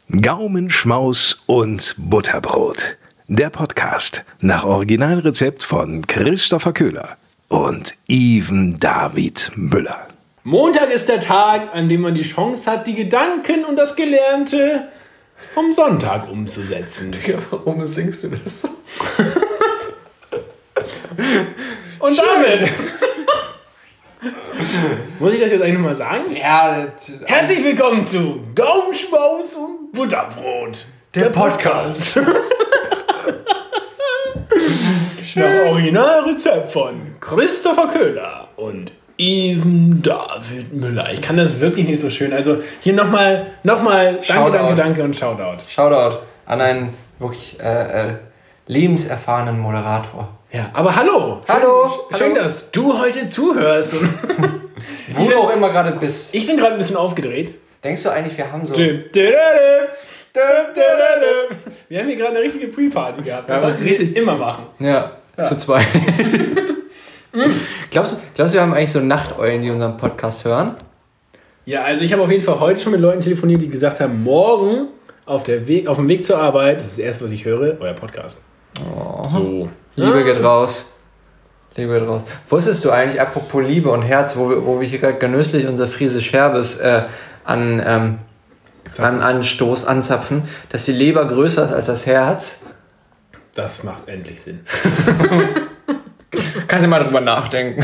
Gaumenschmaus und Butterbrot. Der Podcast nach Originalrezept von Christopher Köhler und Iven David Müller. Montag ist der Tag, an dem man die Chance hat, die Gedanken und das Gelernte vom Sonntag umzusetzen. Warum singst du das so? Und damit muss ich das jetzt eigentlich nochmal sagen? Ja, Herzlich willkommen zu Gaumenschmaus und Butterbrot. Der Podcast. Nach Originalrezept von Christopher Köhler und Iven David Müller. Ich kann das wirklich nicht so schön. Also hier nochmal Danke und Shoutout. Shoutout an einen wirklich lebenserfahrenen Moderator. Ja, aber hallo. Schön, dass du heute zuhörst. Wo du auch immer gerade bist. Ich bin gerade ein bisschen aufgedreht. Denkst du eigentlich, wir haben so... Wir haben hier gerade eine richtige Pre-Party gehabt. Das sollten wir immer machen. Ja, zu zweit. Glaubst du, wir haben eigentlich so Nachteulen, die unseren Podcast hören? Ja, also ich habe auf jeden Fall heute schon mit Leuten telefoniert, die gesagt haben, morgen auf dem Weg zur Arbeit, das ist das erste, was ich höre, euer Podcast. Oh. So. Liebe geht raus. Liebe geht raus. Wusstest du eigentlich, apropos Liebe und Herz, wo wir hier gerade genüsslich unser friesisch Herbes anzapfen, dass die Leber größer ist als das Herz? Das macht endlich Sinn. Kannst du mal drüber nachdenken.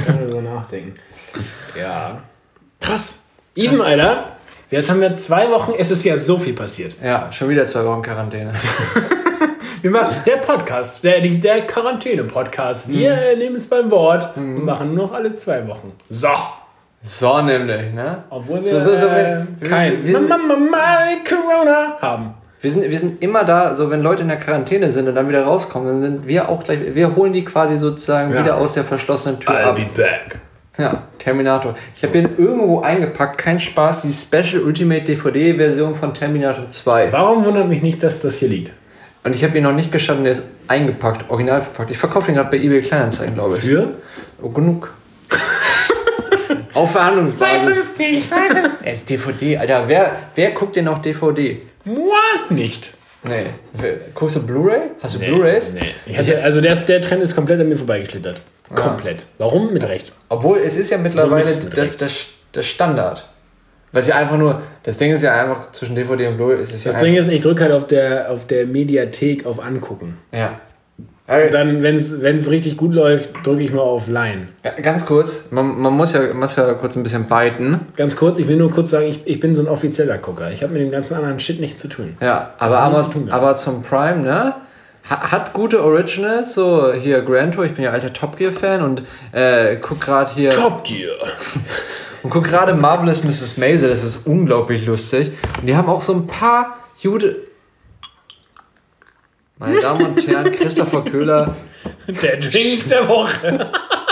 Ja. Krass. Even, Alter. Jetzt haben wir 2 Wochen, es ist ja so viel passiert. Ja, schon wieder 2 Wochen Quarantäne. Wir machen der Podcast, der Quarantäne-Podcast. Wir nehmen es beim Wort und machen nur noch alle 2 Wochen. So Nämlich, ne? Obwohl wir kein Corona haben. Wir sind immer da, so wenn Leute in der Quarantäne sind und dann wieder rauskommen, dann sind wir auch gleich, wir holen die quasi sozusagen wieder aus der verschlossenen Tür ab. I'll be back. Ja, Terminator. Ich habe den irgendwo eingepackt, kein Spaß, die Special Ultimate DVD-Version von Terminator 2. Warum wundert mich nicht, dass das hier liegt? Und ich habe ihn noch nicht geschafft und der ist eingepackt, original verpackt. Ich verkaufe den gerade bei eBay Kleinanzeigen, glaube ich. Für? Oh, genug. Auf Verhandlungsbasis. 2,50. Es ist DVD, Alter. Wer guckt denn noch DVD? What? Nicht. Nee. Guckst du Blu-ray? Hast du Blu-rays? Nee. Der Trend ist komplett an mir vorbeigeschlittert. Komplett. Warum? Mit Recht. Obwohl, es ist ja mittlerweile der Standard. Was ja einfach nur, das Ding ist ja einfach zwischen DVD und Blu-ray ist es ja das Ding ist, ich drücke halt auf der Mediathek auf Angucken. Ja. Und dann, wenn es richtig gut läuft, drücke ich mal auf Line. Ganz kurz, man muss ja kurz ein bisschen biten. Ganz kurz, ich will nur kurz sagen, ich bin so ein offizieller Gucker. Ich habe mit dem ganzen anderen Shit nichts zu tun. Ja, aber Amazon Prime, ne? Hat gute Originals, so hier Gran Tour, ich bin ja alter Top Gear Fan und guck gerade hier... Top Gear! Und guck gerade Marvelous Mrs. Maisel, das ist unglaublich lustig. Und die haben auch so ein paar gute... Meine Damen und Herren, Christopher Köhler. Der Drink der Woche.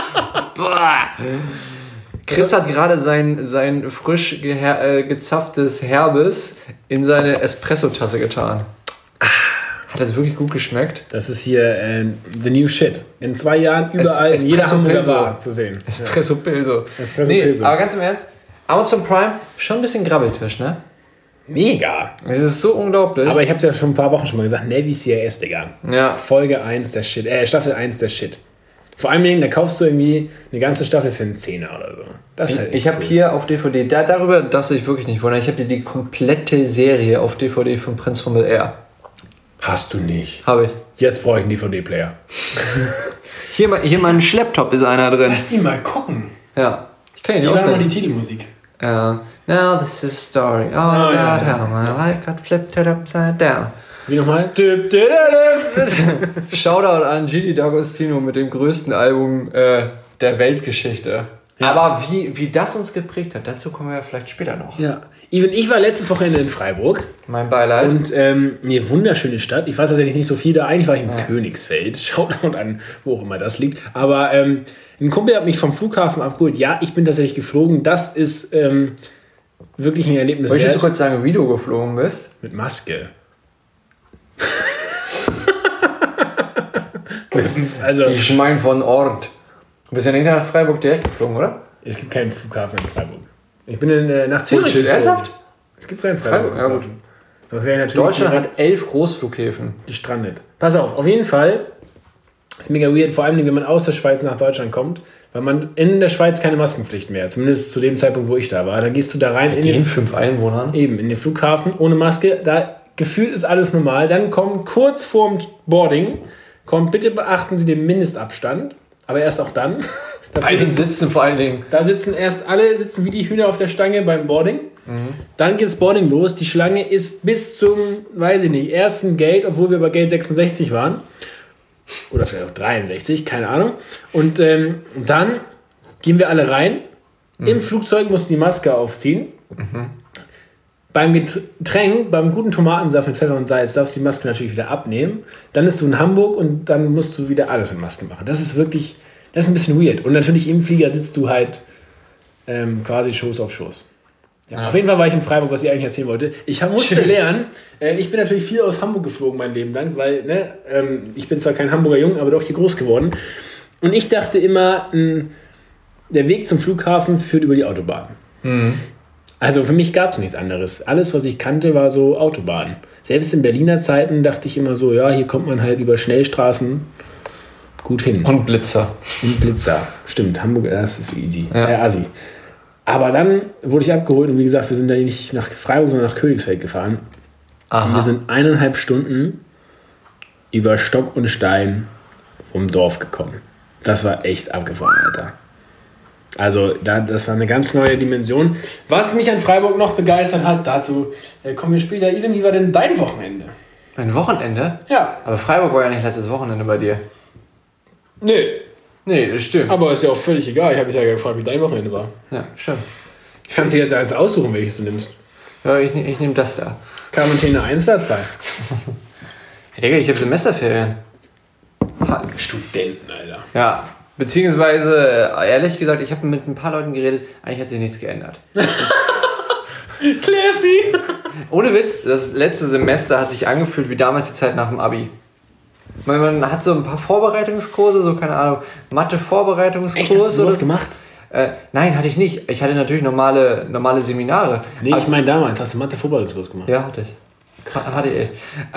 Chris hat gerade sein frisch gezapftes Herbes in seine Espresso-Tasse getan. Hat das wirklich gut geschmeckt? Das ist hier the new shit. In 2 Jahren überall in jeder Hamburger Bar zu sehen. Espresso Pilso. Nee, aber ganz im Ernst, Amazon Prime, schon ein bisschen Grabbeltisch, ne? Mega. Es ist so unglaublich. Aber ich habe es ja schon ein paar Wochen schon mal gesagt, Navy CIS, Digga. Ja. Folge 1 der Shit, Staffel 1 der Shit. Vor allem, da kaufst du irgendwie eine ganze Staffel für einen Zehner oder so. Das ist halt ich habe hier auf DVD, darüber darfst du dich wirklich nicht wundern, ich habe dir die komplette Serie auf DVD von Prinz von Bel-Air. Hast du nicht. Habe ich. Jetzt brauche ich einen DVD-Player. Hier meinem Schlepptop ist einer drin. Lass die mal gucken. Ja. Ich kann ihn nicht ausleihen. ausleihen. Die Titelmusik. Now this is a story. About how my life got flipped upside down. Wie nochmal? Shoutout an Gigi D'Agostino mit dem größten Album der Weltgeschichte. Ja. Aber wie das uns geprägt hat, dazu kommen wir ja vielleicht später noch. Ja. Even, ich war letztes Wochenende in Freiburg. Mein Beileid. Und eine wunderschöne Stadt. Ich war tatsächlich nicht so viel da. Eigentlich war ich in Königsfeld. Shoutout an, wo auch immer das liegt. Aber ein Kumpel hat mich vom Flughafen abgeholt. Ja, ich bin tatsächlich geflogen. Das ist wirklich ein Erlebnis. Möchtest du kurz sagen, wie du geflogen bist? Mit Maske. Also, ich meine von Ort. Du bist ja nicht nach Freiburg direkt geflogen, oder? Es gibt keinen Flughafen in Freiburg. Ich bin nach Zürich geflogen. Ernsthaft? Es gibt keinen Freiburg. Ja, gut. Das wäre natürlich Deutschland hat 11 Großflughäfen. gestrandet. Pass auf jeden Fall ist mega weird, vor allem wenn man aus der Schweiz nach Deutschland kommt, weil man in der Schweiz keine Maskenpflicht mehr, zumindest zu dem Zeitpunkt, wo ich da war. Da gehst du da rein in den 5 Einwohnern. Eben, in den Flughafen, ohne Maske. Da gefühlt ist alles normal. Dann kommt kurz vorm Boarding, bitte beachten Sie den Mindestabstand, aber erst auch dann. Bei den Sitzen vor allen Dingen. Da sitzen alle wie die Hühner auf der Stange beim Boarding. Dann geht das Boarding los. Die Schlange ist bis zum, weiß ich nicht, ersten Gate, obwohl wir bei Gate 66 waren. Oder vielleicht auch 63, keine Ahnung. Und dann gehen wir alle rein. Im Flugzeug mussten die Maske aufziehen. Beim Getränk, beim guten Tomatensaft mit Pfeffer und Salz, darfst du die Maske natürlich wieder abnehmen. Dann bist du in Hamburg und dann musst du wieder alles mit Maske machen. Das ist ein bisschen weird. Und natürlich im Flieger sitzt du halt quasi Schoß auf Schoß. Ja. Auf jeden Fall war ich in Freiburg, was ich eigentlich erzählen wollte. Ich musste lernen, ich bin natürlich viel aus Hamburg geflogen mein Leben lang, weil ich bin zwar kein Hamburger Jung, aber doch hier groß geworden. Und ich dachte immer, der Weg zum Flughafen führt über die Autobahn. Also für mich gab es nichts anderes. Alles, was ich kannte, war so Autobahn. Selbst in Berliner Zeiten dachte ich immer so, ja, hier kommt man halt über Schnellstraßen gut hin. Und Blitzer. Stimmt, Hamburg, das ist easy. Assi. Aber dann wurde ich abgeholt und wie gesagt, wir sind da nicht nach Freiburg, sondern nach Königsfeld gefahren. Und wir sind 1,5 Stunden über Stock und Stein vom Dorf gekommen. Das war echt abgefahren, Alter. Also das war eine ganz neue Dimension. Was mich an Freiburg noch begeistert hat, dazu kommen wir später. Even, wie war denn dein Wochenende? Mein Wochenende? Ja. Aber Freiburg war ja nicht letztes Wochenende bei dir. Nee, das stimmt. Aber ist ja auch völlig egal. Ich habe mich ja gefragt, wie dein Wochenende war. Ja, stimmt. Ich kann dir jetzt eins aussuchen, welches du nimmst. Ja, ich nehm das da. Quarantäne 1 oder 2? Hey, Digga, ich habe Semesterferien. Studenten, Alter. Ja, beziehungsweise, ehrlich gesagt, ich habe mit ein paar Leuten geredet, eigentlich hat sich nichts geändert. Classy! Ohne Witz, das letzte Semester hat sich angefühlt wie damals die Zeit nach dem Abi. Man hat so ein paar Vorbereitungskurse, so keine Ahnung, Mathe-Vorbereitungskurse. Echt, hast du sowas gemacht? Nein, hatte ich nicht. Ich hatte natürlich normale Seminare. Nee, ich meine damals, hast du Mathe-Vorbereitungskurs gemacht? Ja, hatte ich.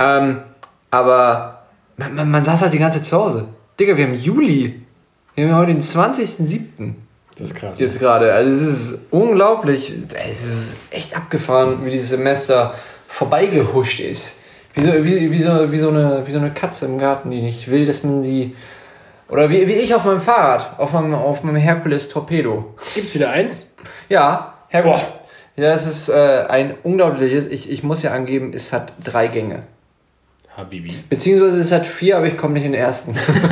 Aber man saß halt die ganze Zeit zu Hause. Digga, wir haben Juli. Wir haben heute den 20.07. Das ist krass. Jetzt gerade. Also es ist unglaublich. Es ist echt abgefahren, wie dieses Semester vorbeigehuscht ist. Wie so eine Katze im Garten, die nicht will, dass man sie... Oder wie ich auf meinem Fahrrad, auf meinem Hercules Torpedo. Gibt's wieder eins? Ja, Hercules. Ja, es ist ein unglaubliches, ich muss ja angeben, es hat 3 Gänge. Habibi. Beziehungsweise es hat 4, aber ich komme nicht in den ersten.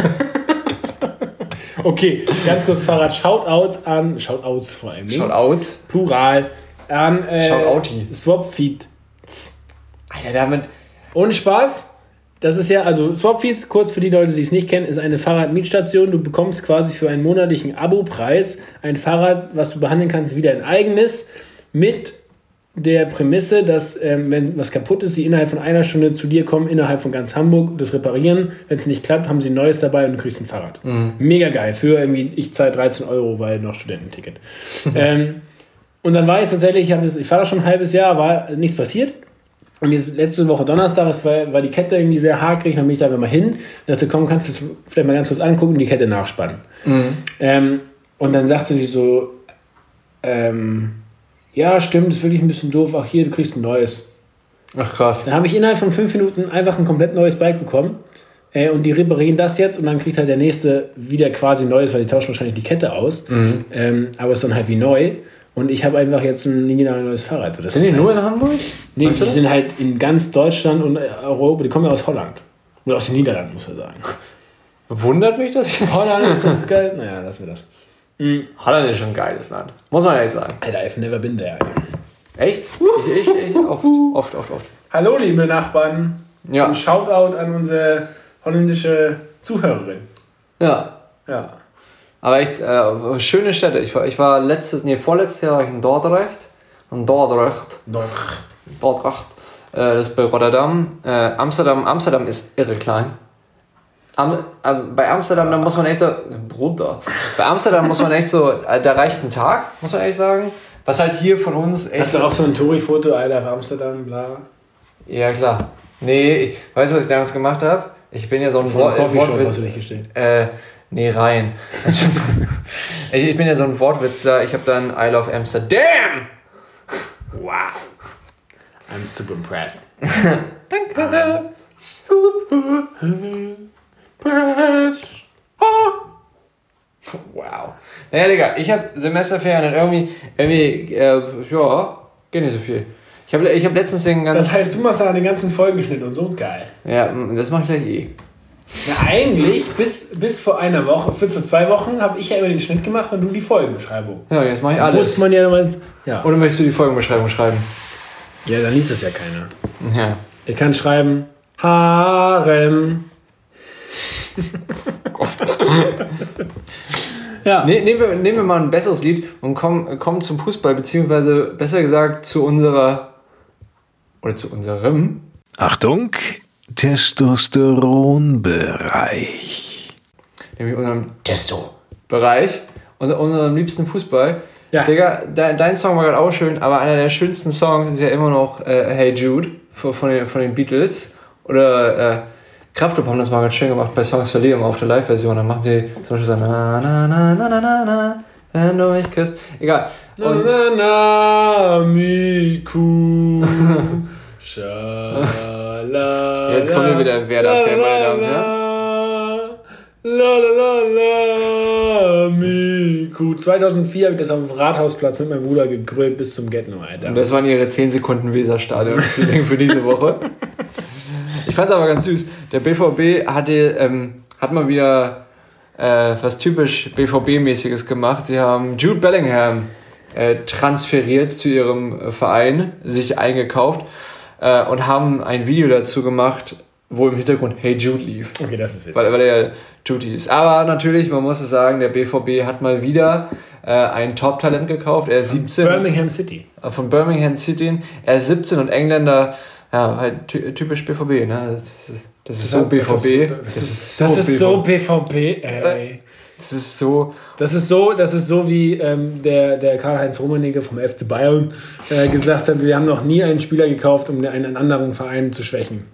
Okay, ganz kurz Fahrrad. Shoutouts vor allem. Shoutouts? Plural. An Shoutouti. Swapfeed. Alter, damit... Ohne Spaß. Das ist ja, also Swapfeed, kurz für die Leute, die es nicht kennen, ist eine Fahrradmietstation. Du bekommst quasi für einen monatlichen Abo-Preis ein Fahrrad, was du behandeln kannst, wie dein eigenes, mit der Prämisse, dass, wenn was kaputt ist, sie innerhalb von einer Stunde zu dir kommen, innerhalb von ganz Hamburg, das reparieren. Wenn es nicht klappt, haben sie ein neues dabei und du kriegst ein Fahrrad. Mega geil. Für irgendwie, ich zahle 13 €, weil noch Studententicket. Und dann war jetzt tatsächlich, ich fahre da schon ein halbes Jahr, war nichts passiert. Und jetzt letzte Woche Donnerstag, war die Kette irgendwie sehr hakrig, dann bin ich da mal hin und dachte, komm, kannst du es vielleicht mal ganz kurz angucken und die Kette nachspannen. Und dann sagte sie so, ja, stimmt, das ist wirklich ein bisschen doof, ach hier, du kriegst ein neues. Ach krass. Dann habe ich innerhalb von 5 Minuten einfach ein komplett neues Bike bekommen und die reparieren das jetzt und dann kriegt halt der nächste wieder quasi neues, weil die tauschen wahrscheinlich die Kette aus, aber es ist dann halt wie neu. Und ich habe einfach jetzt ein neues Fahrrad. Sind die nur in Hamburg? Nee, die sind halt in ganz Deutschland und Europa. Die kommen ja aus Holland. Oder aus den Niederlanden, muss man sagen. Wundert mich das jetzt? Holland ist das geil. Naja, lassen wir das. Holland ist schon ein geiles Land. Muss man ehrlich sagen. Alter, I've never been there. Echt? Ich oft. Hallo, liebe Nachbarn. Ja. Ein Shoutout an unsere holländische Zuhörerin. Ja. Aber echt, schöne Städte. Ich war vorletztes Jahr war ich in Dordrecht. Dordrecht. Das ist bei Rotterdam. Amsterdam ist irre klein. Bei Amsterdam, da muss man echt so... Bruder. Bei Amsterdam muss man echt so... Da reicht ein Tag, muss man ehrlich sagen. Was halt hier von uns echt... Hast du auch so ein Touri-Foto, Alter, auf Amsterdam, bla? Ja, klar. Nee, weißt du, was ich damals gemacht habe? Ich bin ja so ein Coffeeshop hast du dich gestellt. Nee, rein. Ich bin ja so ein Wortwitzler. Ich habe dann I love Amsterdam. Wow. I'm super impressed. Danke. Super impressed. Wow. Naja, Digga, ich habe Semesterferien und irgendwie ja, geht nicht so viel. Ich hab letztens den ganzen... Das heißt, du machst da den ganzen Folgenschnitt und so, geil. Ja, das mache ich gleich eh. Ja, eigentlich, bis vor einer Woche, bis zu 2 Wochen, habe ich ja immer den Schnitt gemacht und du die Folgenbeschreibung. Ja, jetzt mache ich alles. Muss man ja nochmal... Ja. Oder möchtest du die Folgenbeschreibung schreiben? Ja, dann liest das ja keiner. Ja. Ich kann schreiben, Harem. Ja. Nehmen wir mal ein besseres Lied und kommen zum Fußball, beziehungsweise besser gesagt zu unserem Achtung, Testosteronbereich. Nämlich unserem Testo-Bereich, unserem liebsten Fußball. Ja. Digga, dein Song war gerade auch schön, aber einer der schönsten Songs ist ja immer noch Hey Jude von den Beatles. Oder Kraftklub haben das mal ganz schön gemacht bei Songs für Liam auf der Live-Version. Dann machen sie zum Beispiel so na na na na na na na, wenn du mich küsst. Egal. Und na na miku. Schala. Jetzt kommt hier wieder Werder-Fan, meine Damen und Herren. La la la la miku. 2004 habe ich das am Rathausplatz mit meinem Bruder gegrölt bis zum Get-No, Alter. Und das waren ihre 10 Sekunden Weserstadion-Feeling für diese Woche. Ich fand es aber ganz süß. Der BVB hat mal wieder was typisch BVB-mäßiges gemacht. Sie haben Jude Bellingham transferiert zu ihrem Verein, sich eingekauft und haben ein Video dazu gemacht, wo im Hintergrund Hey Jude lief. Okay, das ist witzig. Weil er Jude ist. Aber natürlich, man muss es sagen, der BVB hat mal wieder ein Top-Talent gekauft. Er ist 17. Birmingham City. Von Birmingham City. Er ist 17 und Engländer, ja, halt typisch BVB, ne? Das ist so BVB. Das ist so BVB, ey. Das ist so wie der Karl-Heinz Rummenigge vom FC Bayern gesagt hat, wir haben noch nie einen Spieler gekauft, um einen anderen Verein zu schwächen.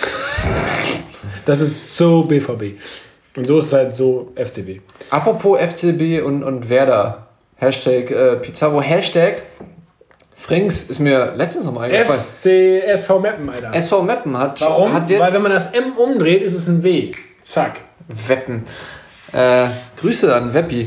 Das ist so BVB. Und so ist es halt so FCB. Apropos FCB und Werder. Hashtag Pizarro. Hashtag Frings ist mir letztens noch mal eingefallen. SV Meppen, Alter. SV Meppen Warum? hat jetzt... Weil wenn man das M umdreht, ist es ein W. Zack. Weppen. Grüße an Weppi.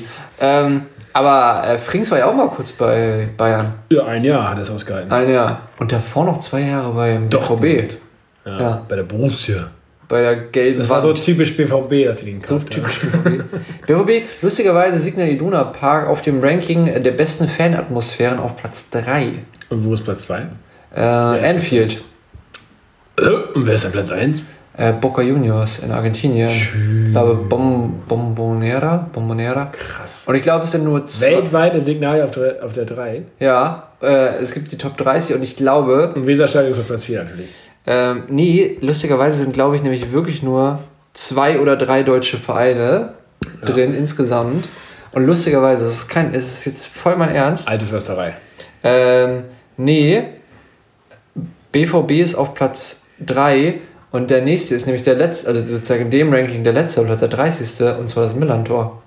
Aber Frings war ja auch mal kurz bei Bayern. Ja, ein Jahr hat er es ausgehalten. Ein Jahr. Und davor noch 2 Jahre beim BVB. Ja, bei der Borussia. Bei der gelben Das war so typisch BVB, dass sie den gekauft haben. BVB, lustigerweise Signal Iduna Park auf dem Ranking der besten Fanatmosphären auf Platz 3. Und wo ist Platz 2? Anfield. Und wer ist an Platz 1? Boca Juniors in Argentinien. Ich glaube Bombonera. Krass. Und ich glaube, es sind nur 2. Weltweite Signal auf der 3. Ja, es gibt die Top 30 und ich glaube... Und Weserstadion ist auf Platz 4 natürlich. Nee, lustigerweise sind, glaube ich, nämlich wirklich nur 2 oder 3 deutsche Vereine drin insgesamt. Und lustigerweise, es ist jetzt voll mein Ernst. Alte Försterei. Nee, BVB ist auf Platz 3 und der nächste ist nämlich der letzte, also sozusagen in dem Ranking der letzte, Platz der 30. und zwar das Millantor.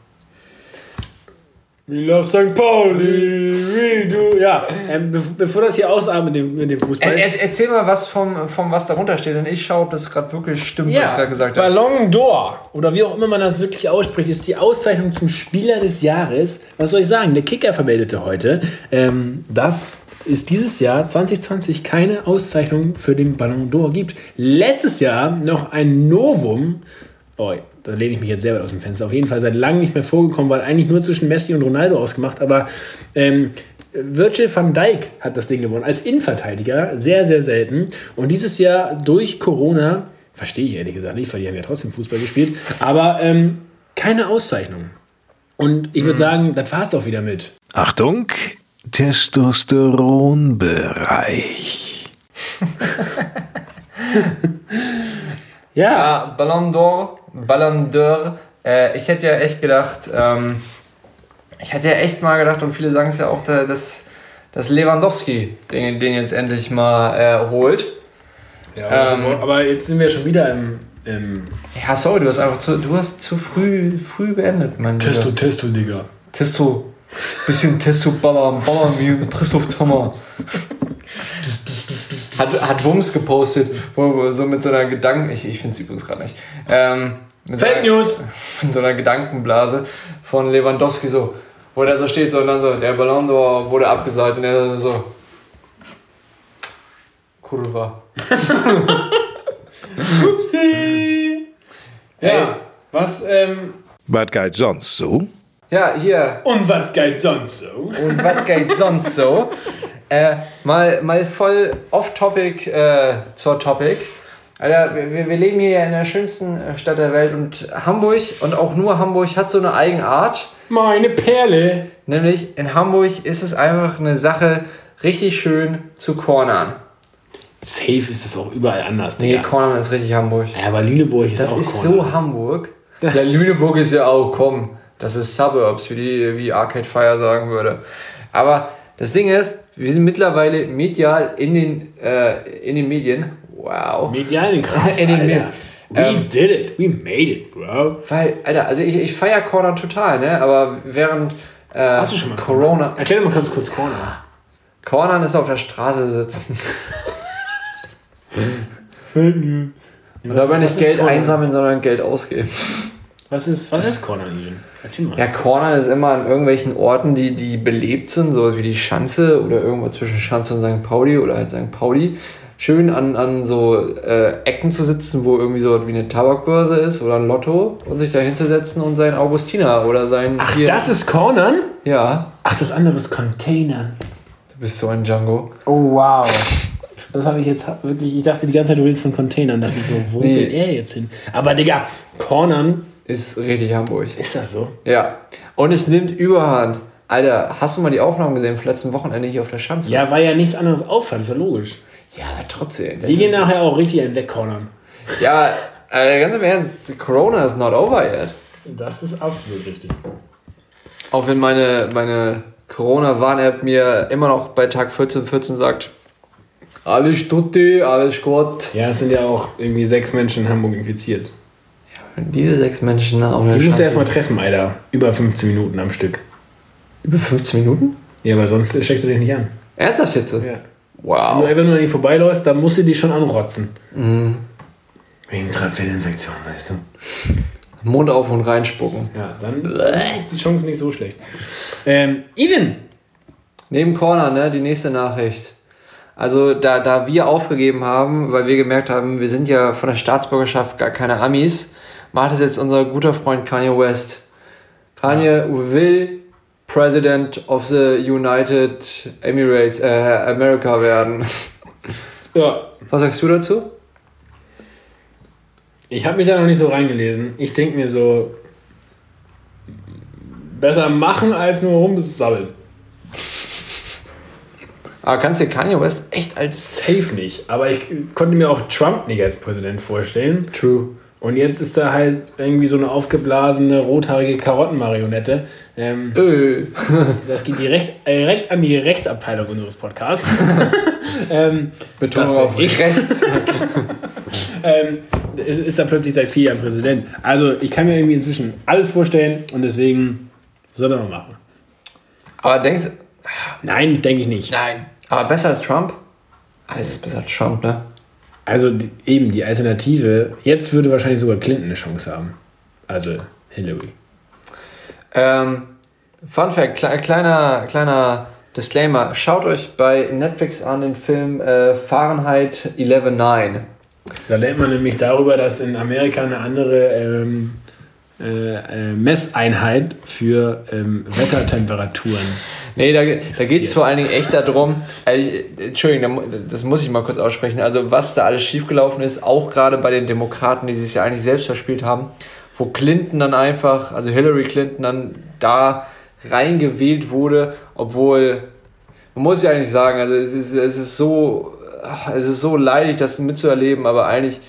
We love St. Pauli, we do. Ja, bevor das hier ausartet mit dem Fußball. Erzähl mal was vom was darunter steht, denn ich schaue, ob das gerade wirklich stimmt, was ich gerade gesagt habe. Ballon d'Or, oder wie auch immer man das wirklich ausspricht, ist die Auszeichnung zum Spieler des Jahres. Was soll ich sagen? Der Kicker vermeldete heute, dass es dieses Jahr 2020 keine Auszeichnung für den Ballon d'Or gibt. Letztes Jahr noch ein Novum. Oh, da lehne ich mich jetzt selber aus dem Fenster. Auf jeden Fall seit langem nicht mehr vorgekommen, weil eigentlich nur zwischen Messi und Ronaldo ausgemacht. Aber Virgil van Dijk hat das Ding gewonnen. Als Innenverteidiger. Sehr, sehr selten. Und dieses Jahr durch Corona, verstehe ich ehrlich gesagt nicht, weil die haben ja trotzdem Fußball gespielt, aber keine Auszeichnung. Und ich würde sagen, das war es doch wieder mit. Achtung, Testosteronbereich. Ja, Ballon d'Or. Ich hätte ja echt gedacht, und viele sagen es ja auch, dass Lewandowski den jetzt endlich mal holt. Ja, aber jetzt sind wir schon wieder im Ja, sorry, du hast zu früh beendet, mein Lieber. Testo, Digga. Testo. Bisschen Testo ballern wie Christoph Tommer. Hat Wumms gepostet, wo so mit so einer ich finde es übrigens gerade nicht. Fake News! In so einer Gedankenblase von Lewandowski so, wo der so steht so und dann so, der Ballon d'Or wurde abgesagt und er so Kurva. Upsi! Ja, was, Was geht sonst so? Ja, hier. Und was geht sonst so? Und was geht sonst so? Mal voll off-topic zur Topic. Alter, wir leben hier ja in der schönsten Stadt der Welt und Hamburg und auch nur Hamburg hat so eine Eigenart. Meine Perle! Nämlich in Hamburg ist es einfach eine Sache, richtig schön zu cornern. Safe ist es auch überall anders, Nee, cornern ist richtig Hamburg. Ja, aber Lüneburg ist Das auch ist cornern. so Hamburg. Ja, Lüneburg ist ja auch, komm, das ist Suburbs, wie Arcade Fire sagen würde. Aber das Ding ist, wir sind mittlerweile medial in den Medien. Wow. Medialen krass, In den Alter. We did it. We made it, bro. Weil, Alter, also ich feiere Corner total, ne? Aber während Hast du schon mal Corona... Erklär mal ganz kurz Corner. Cornern ist auf der Straße sitzen. Und dabei nicht Geld einsammeln, sondern Geld ausgeben. Was ist Corner, Ian? Erzähl mal. Ja, Corner ist immer an irgendwelchen Orten, die belebt sind, so wie die Schanze oder irgendwo zwischen Schanze und St. Pauli oder halt St. Pauli. Schön an so Ecken zu sitzen, wo irgendwie so wie eine Tabakbörse ist oder ein Lotto und sich da hinzusetzen und sein Augustiner oder sein... Ach, das ist Cornern? Ja. Ach, das andere ist Containern. Du bist so ein Django. Oh, wow. Das habe ich jetzt wirklich... Ich dachte die ganze Zeit, du redest von Containern. Das ist so, wo will er jetzt hin? Aber, Digga, Cornern... Ist richtig Hamburg. Ist das so? Ja. Und es nimmt Überhand. Alter, hast du mal die Aufnahmen gesehen vom letzten Wochenende hier auf der Schanze? Ja, weil ja nichts anderes auffällt. Ist ja logisch. Ja, trotzdem. Wir gehen nachher auch richtig ein Wegcornern. Ja, ganz im Ernst, Corona is not over yet. Das ist absolut richtig. Auch wenn meine Corona-Warn-App mir immer noch bei Tag 14 sagt, alles tutti, alles gut. Ja, es sind ja auch irgendwie 6 Menschen in Hamburg infiziert. Wenn diese 6 Menschen auf der Die musst du Schanze... erstmal treffen, Alter. Über 15 Minuten am Stück. Über 15 Minuten? Ja, weil sonst steckst du dich nicht an. Ernsthaft jetzt? Ja. Wow. Nur wenn du an die vorbeiläufst, dann musst du die schon anrotzen. Mhm. Wegen Tröpfelinfektion, weißt du. Mund auf und reinspucken. Ja, dann ist die Chance nicht so schlecht. Even! Neben Corner, ne, die nächste Nachricht. Also da wir aufgegeben haben, weil wir gemerkt haben, wir sind ja von der Staatsbürgerschaft gar keine Amis, macht es jetzt unser guter Freund Kanye West. Kanye will President of the United Emirates, America werden. Ja. Was sagst du dazu? Ich habe mich da noch nicht so reingelesen. Ich denke mir so, besser machen als nur rumsabbeln. Aber kannst du dir Kanye West echt als... Safe nicht. Aber ich konnte mir auch Trump nicht als Präsident vorstellen. True. Und jetzt ist da halt irgendwie so eine aufgeblasene, rothaarige Karottenmarionette. Das geht direkt an die Rechtsabteilung unseres Podcasts. Betonung auf rechts. Ist da plötzlich seit 4 Jahren Präsident. Also ich kann mir irgendwie inzwischen alles vorstellen und deswegen soll er mal machen. Aber denkst du... Nein, denke ich nicht. Nein. Aber besser als Trump? Alles ist besser als Trump, ne? Also eben die Alternative, jetzt würde wahrscheinlich sogar Clinton eine Chance haben. Also Hillary. Fun Fact, kleiner Disclaimer. Schaut euch bei Netflix an den Film Fahrenheit 11.9. Da lernt man nämlich darüber, dass in Amerika eine andere Messeinheit für Wettertemperaturen. Nee, da geht es vor allen Dingen echt darum, Entschuldigung, das muss ich mal kurz aussprechen, also was da alles schiefgelaufen ist, auch gerade bei den Demokraten, die sich ja eigentlich selbst verspielt haben, wo Clinton dann einfach, also Hillary Clinton dann da reingewählt wurde, obwohl, man muss ja eigentlich sagen, also es ist so leidig, das mitzuerleben, aber eigentlich,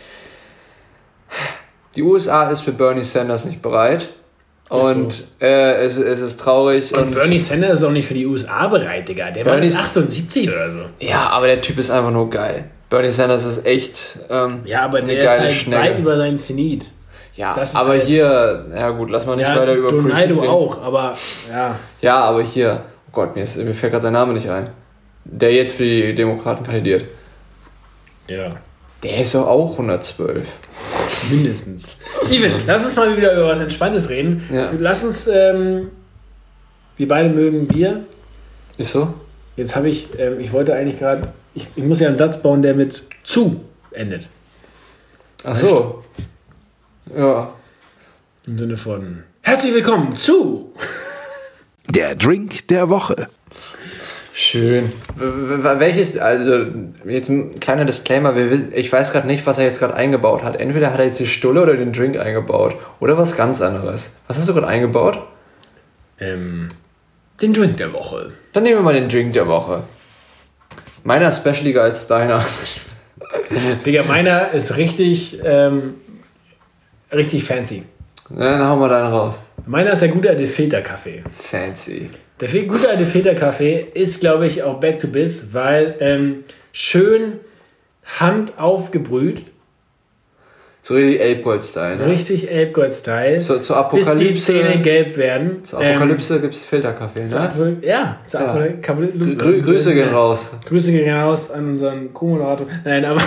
die USA ist für Bernie Sanders nicht bereit. Und es ist traurig. Und Bernie Sanders ist auch nicht für die USA bereit, Digga. Der war jetzt 78 oder so. Ja, aber der Typ ist einfach nur geil. Bernie Sanders ist echt Ja, aber eine der ist geile halt Schnecke. weit über seinen Zenit. Ja, Das ist aber halt- hier, ja gut, lass mal nicht weiter über Politik Donaldo reden. auch, aber ja. Ja, aber hier, oh Gott, mir fällt gerade sein Name nicht ein. Der jetzt für die Demokraten kandidiert. Ja. Der ist doch auch 112. Mindestens. Even, lass uns mal wieder über was Entspanntes reden. Ja. Lass uns, wir beide mögen Bier. Ist so? Jetzt habe ich wollte eigentlich gerade, ich muss ja einen Satz bauen, der mit zu endet. Ach so. Ja. Im Sinne von herzlich willkommen zu. Der Drink der Woche. Schön. Welches, also jetzt ein kleiner Disclaimer, ich weiß gerade nicht, was er jetzt gerade eingebaut hat. Entweder hat er jetzt die Stulle oder den Drink eingebaut oder was ganz anderes. Was hast du gerade eingebaut? Den Drink der Woche. Dann nehmen wir mal den Drink der Woche. Meiner ist specialiger als deiner. Digga, meiner ist richtig, richtig fancy. Dann hauen wir deinen raus. Meiner ist der gute alte Filterkaffee. Fancy. Der gute alte Filterkaffee ist, glaube ich, auch back to biz, weil schön handaufgebrüht, So richtig Elbgold-Style, so ne? richtig Elbgold-Style, Zur bis die Apokalypse. Zähne gelb werden. Zur Apokalypse gibt es Filterkaffee, ne? Ja, zur Ja. Apokalypse. Grüße gehen raus. Grüße gehen raus an unseren Co-Moderator. Nein, aber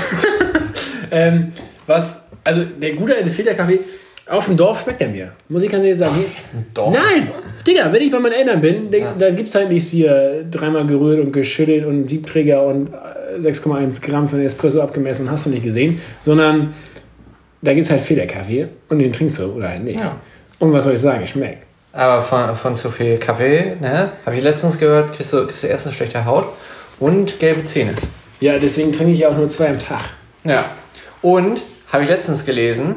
also der gute alte Filterkaffee, auf dem Dorf schmeckt er mir. Muss ich ganz ehrlich sagen. Doch. Nein! Digga, wenn ich bei meinen Eltern bin, da gibt es halt nicht hier dreimal gerührt und geschüttelt und Siebträger und 6,1 Gramm für den Espresso abgemessen, hast du nicht gesehen, sondern da gibt es halt Filterkaffee und den trinkst du oder halt nicht. Ja. Und was soll ich sagen, schmeckt. Aber von zu viel Kaffee, ne? Habe ich letztens gehört, kriegst du erst eine schlechte Haut und gelbe Zähne. Ja, deswegen trinke ich auch nur 2 am Tag. Ja. Und, habe ich letztens gelesen,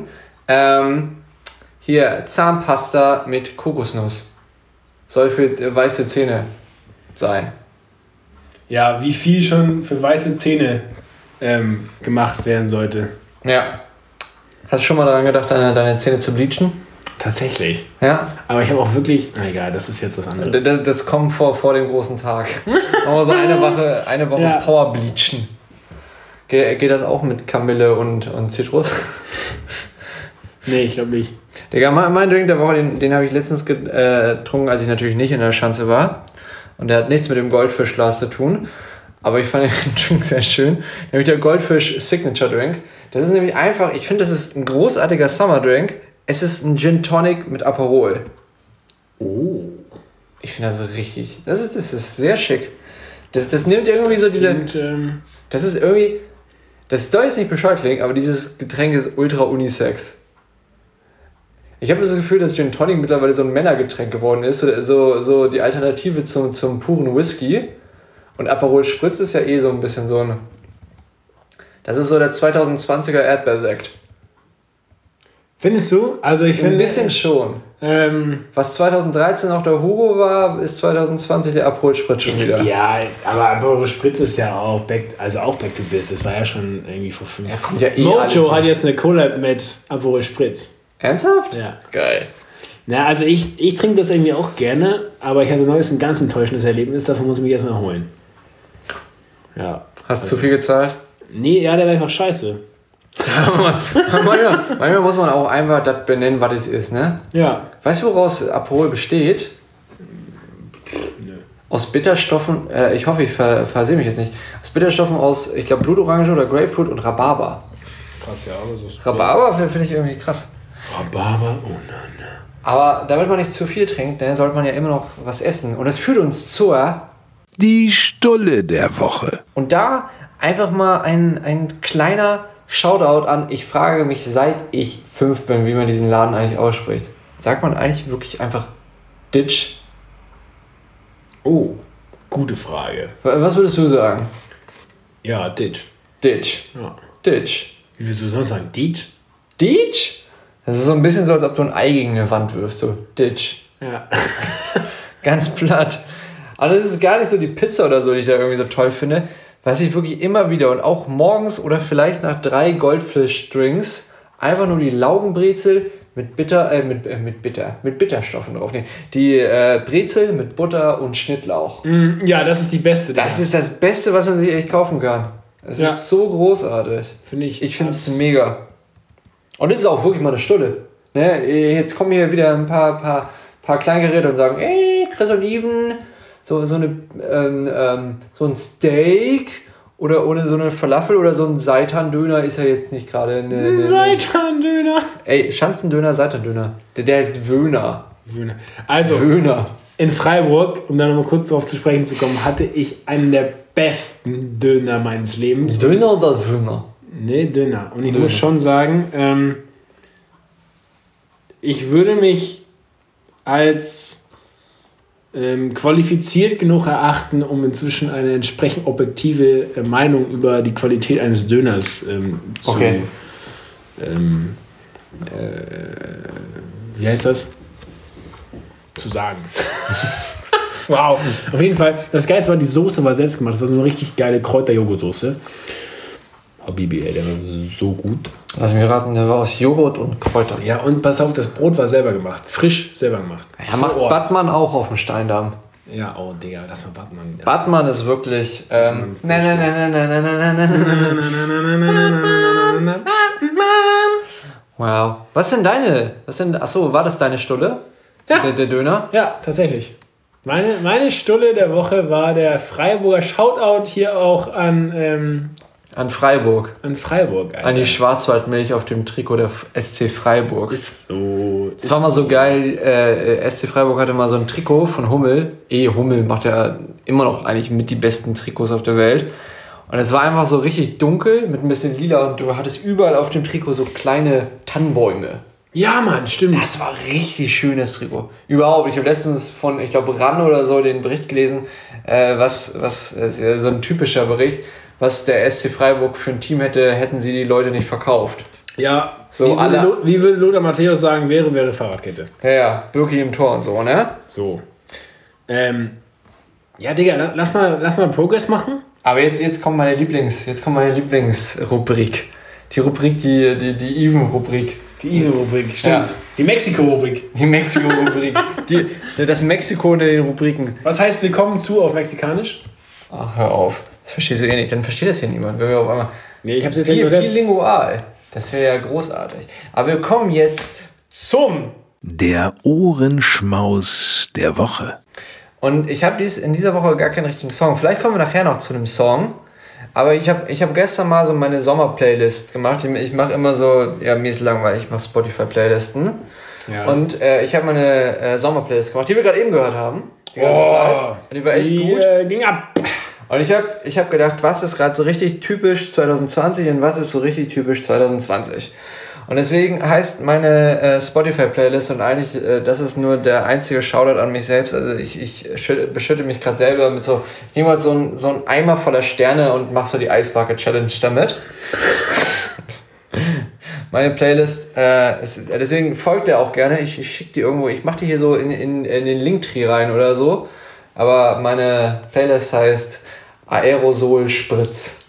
hier Zahnpasta mit Kokosnuss. Soll für weiße Zähne sein. Ja, wie viel schon für weiße Zähne gemacht werden sollte. Ja. Hast du schon mal daran gedacht, deine Zähne zu bleachen? Tatsächlich. Ja. Aber ich habe auch wirklich, na egal, das ist jetzt was anderes. Das kommt vor dem großen Tag. Aber so eine Woche Ja. Power bleachen. Geht das auch mit Kamille und Zitrus? Nee, ich glaube nicht. Digga, mein Drink der Woche, den habe ich letztens getrunken, als ich natürlich nicht in der Schanze war. Und der hat nichts mit dem Goldfischglas zu tun. Aber ich fand den Drink sehr schön. Nämlich der Goldfish Signature Drink. Das ist nämlich einfach, ich finde, das ist ein großartiger Summer Drink. Es ist ein Gin Tonic mit Aperol. Oh. Ich finde das richtig, das ist sehr schick. Das nimmt irgendwie so diese, das ist irgendwie, das soll jetzt nicht bescheuert klingen, aber dieses Getränk ist ultra unisex. Ich habe das Gefühl, dass Gin Tonic mittlerweile so ein Männergetränk geworden ist, so die Alternative zum puren Whisky. Und Aperol Spritz ist ja eh so ein bisschen so ein, das ist so der 2020er Erdbeersekt. Findest du? Also ich finde Ein bisschen schon. Was 2013 noch der Hugo war, ist 2020 der Aperol Spritz schon wieder. Ja, aber Aperol Spritz ist ja auch back to biz. Das war ja schon irgendwie vor 5 Jahren. Kommt ja eh Mojo alles hat jetzt eine Collab mit Aperol Spritz. Ernsthaft? Ja. Geil. Na, also ich trinke das irgendwie auch gerne, aber ich hatte neues ein ganz enttäuschendes Erlebnis, davon muss ich mich erstmal holen. Ja. Hast du zu viel gezahlt? Nee, ja, der war einfach scheiße. manchmal muss man auch einfach das benennen, was es ist, ne? Ja. Weißt du, woraus Aperol besteht? Nö. Aus Bitterstoffen, ich hoffe, ich versehe mich jetzt nicht. Aus Bitterstoffen aus, ich glaube, Blutorange oder Grapefruit und Rhabarber. Krass, ja, aber so ist Rhabarber finde ich irgendwie krass. Rhabarber, oh nein. Aber damit man nicht zu viel trinkt, ne, sollte man ja immer noch was essen. Und das führt uns zur... Die Stulle der Woche. Und da einfach mal ein kleiner Shoutout an, ich frage mich, seit ich 5 bin, wie man diesen Laden eigentlich ausspricht. Sagt man eigentlich wirklich einfach Ditch? Oh, gute Frage. Was würdest du sagen? Ja, Ditch. Ditch. Ja. Ditch. Wie willst du sonst sagen? Ditch? Ditch? Das ist so ein bisschen so, als ob du ein Ei gegen eine Wand wirfst. So, Ditch. Ja. Ganz platt. Aber das ist gar nicht so die Pizza oder so, die ich da irgendwie so toll finde. Was ich wirklich immer wieder und auch morgens oder vielleicht nach 3 Goldfish-Drinks einfach nur die Laugenbrezel mit Bitterstoffen draufnehmen. Die Brezel mit Butter und Schnittlauch. Ja, das ist die beste. Das ist das Beste, was man sich echt kaufen kann. Es ist so großartig. Ich finde es mega. Und es ist auch wirklich mal eine Stunde. Ne? Jetzt kommen hier wieder ein paar Kleingeräte und sagen, ey, Chris und Even, so ein Steak oder so eine Falafel oder so ein Seitan-Döner ist ja jetzt nicht gerade eine Seitan-Döner. Ey, Schanzendöner, Seitan-Döner. Der heißt Wöhner. Also, Wöhner. In Freiburg, um da nochmal kurz drauf zu sprechen zu kommen, hatte ich einen der besten Döner meines Lebens. Döner oder Wöhner? Nee, Döner. Und ich muss schon sagen, ich würde mich als qualifiziert genug erachten, um inzwischen eine entsprechend objektive Meinung über die Qualität eines Döners wie heißt das? Zu sagen. Wow. Auf jeden Fall, das Geilste war, die Soße war selbst gemacht. Das war so eine richtig geile Kräuter-Joghurt-Soße. Habibi, ey, der war so gut. Lass mich raten, der war aus Joghurt und Kräutern. Ja, und pass auf, das Brot war selber gemacht. Frisch selber gemacht. Ja, macht Batman auch auf dem Steindamm. Ja, oh Digga, lass mal Batman. Ja. Batman ist wirklich. Wow. Was sind deine? Achso, war das deine Stulle? Ja. Der Döner? Ja, tatsächlich. Meine Stulle der Woche war der Freiburger Shoutout hier auch an Freiburg. An Freiburg, Alter. An die Schwarzwaldmilch auf dem Trikot der SC Freiburg. Ist so. Das war mal so geil. SC Freiburg hatte mal so ein Trikot von Hummel. Hummel macht ja immer noch eigentlich mit die besten Trikots auf der Welt. Und es war einfach so richtig dunkel mit ein bisschen lila und du hattest überall auf dem Trikot so kleine Tannenbäume. Ja, Mann, stimmt. Das war richtig schönes Trikot. Überhaupt. Ich habe letztens von, ich glaube, RAN oder so den Bericht gelesen, was so ein typischer Bericht, was der SC Freiburg für ein Team hätten sie die Leute nicht verkauft. Ja, so wie würde Lothar Matthäus sagen, wäre Fahrradkette. Ja, Birki im Tor und so, ne? So. Ja, Digga, lass mal Progress machen. Aber jetzt kommt meine Lieblingsrubrik. Die Rubrik, die Even-Rubrik. Die Even-Rubrik, stimmt. Ja. Die Mexiko-Rubrik. Die Mexiko-Rubrik. Das Mexiko unter den Rubriken. Was heißt willkommen zu auf Mexikanisch? Ach, hör auf. Das verstehst du eh nicht. Dann versteht das hier niemand. Wenn wir auf einmal. Nee, ich hab's jetzt nicht übersetzt. Bilingual. Das wäre ja großartig. Aber wir kommen jetzt zum Der Ohrenschmaus der Woche. Und ich habe in dieser Woche gar keinen richtigen Song. Vielleicht kommen wir nachher noch zu einem Song. Aber ich hab gestern mal so meine Sommer-Playlist gemacht. Ich mache immer so, ja, mir ist langweilig, ich mache Spotify-Playlisten. Ja. Und ich habe meine Sommer-Playlist gemacht, die wir gerade eben gehört haben. Die ganze Zeit. Und die war echt gut. Ging ab. Und ich hab gedacht, was ist gerade so richtig typisch 2020 und was ist so richtig typisch 2020. Und deswegen heißt meine Spotify-Playlist, und eigentlich, das ist nur der einzige Shoutout an mich selbst, also ich beschütte mich gerade selber mit so, ich nehme halt so einen Eimer voller Sterne und mache so die Eisbucket-Challenge damit. Meine Playlist, deswegen folgt der auch gerne, ich schicke die irgendwo, ich mache die hier so in den Linktree rein oder so, aber meine Playlist heißt Aerosol Spritz.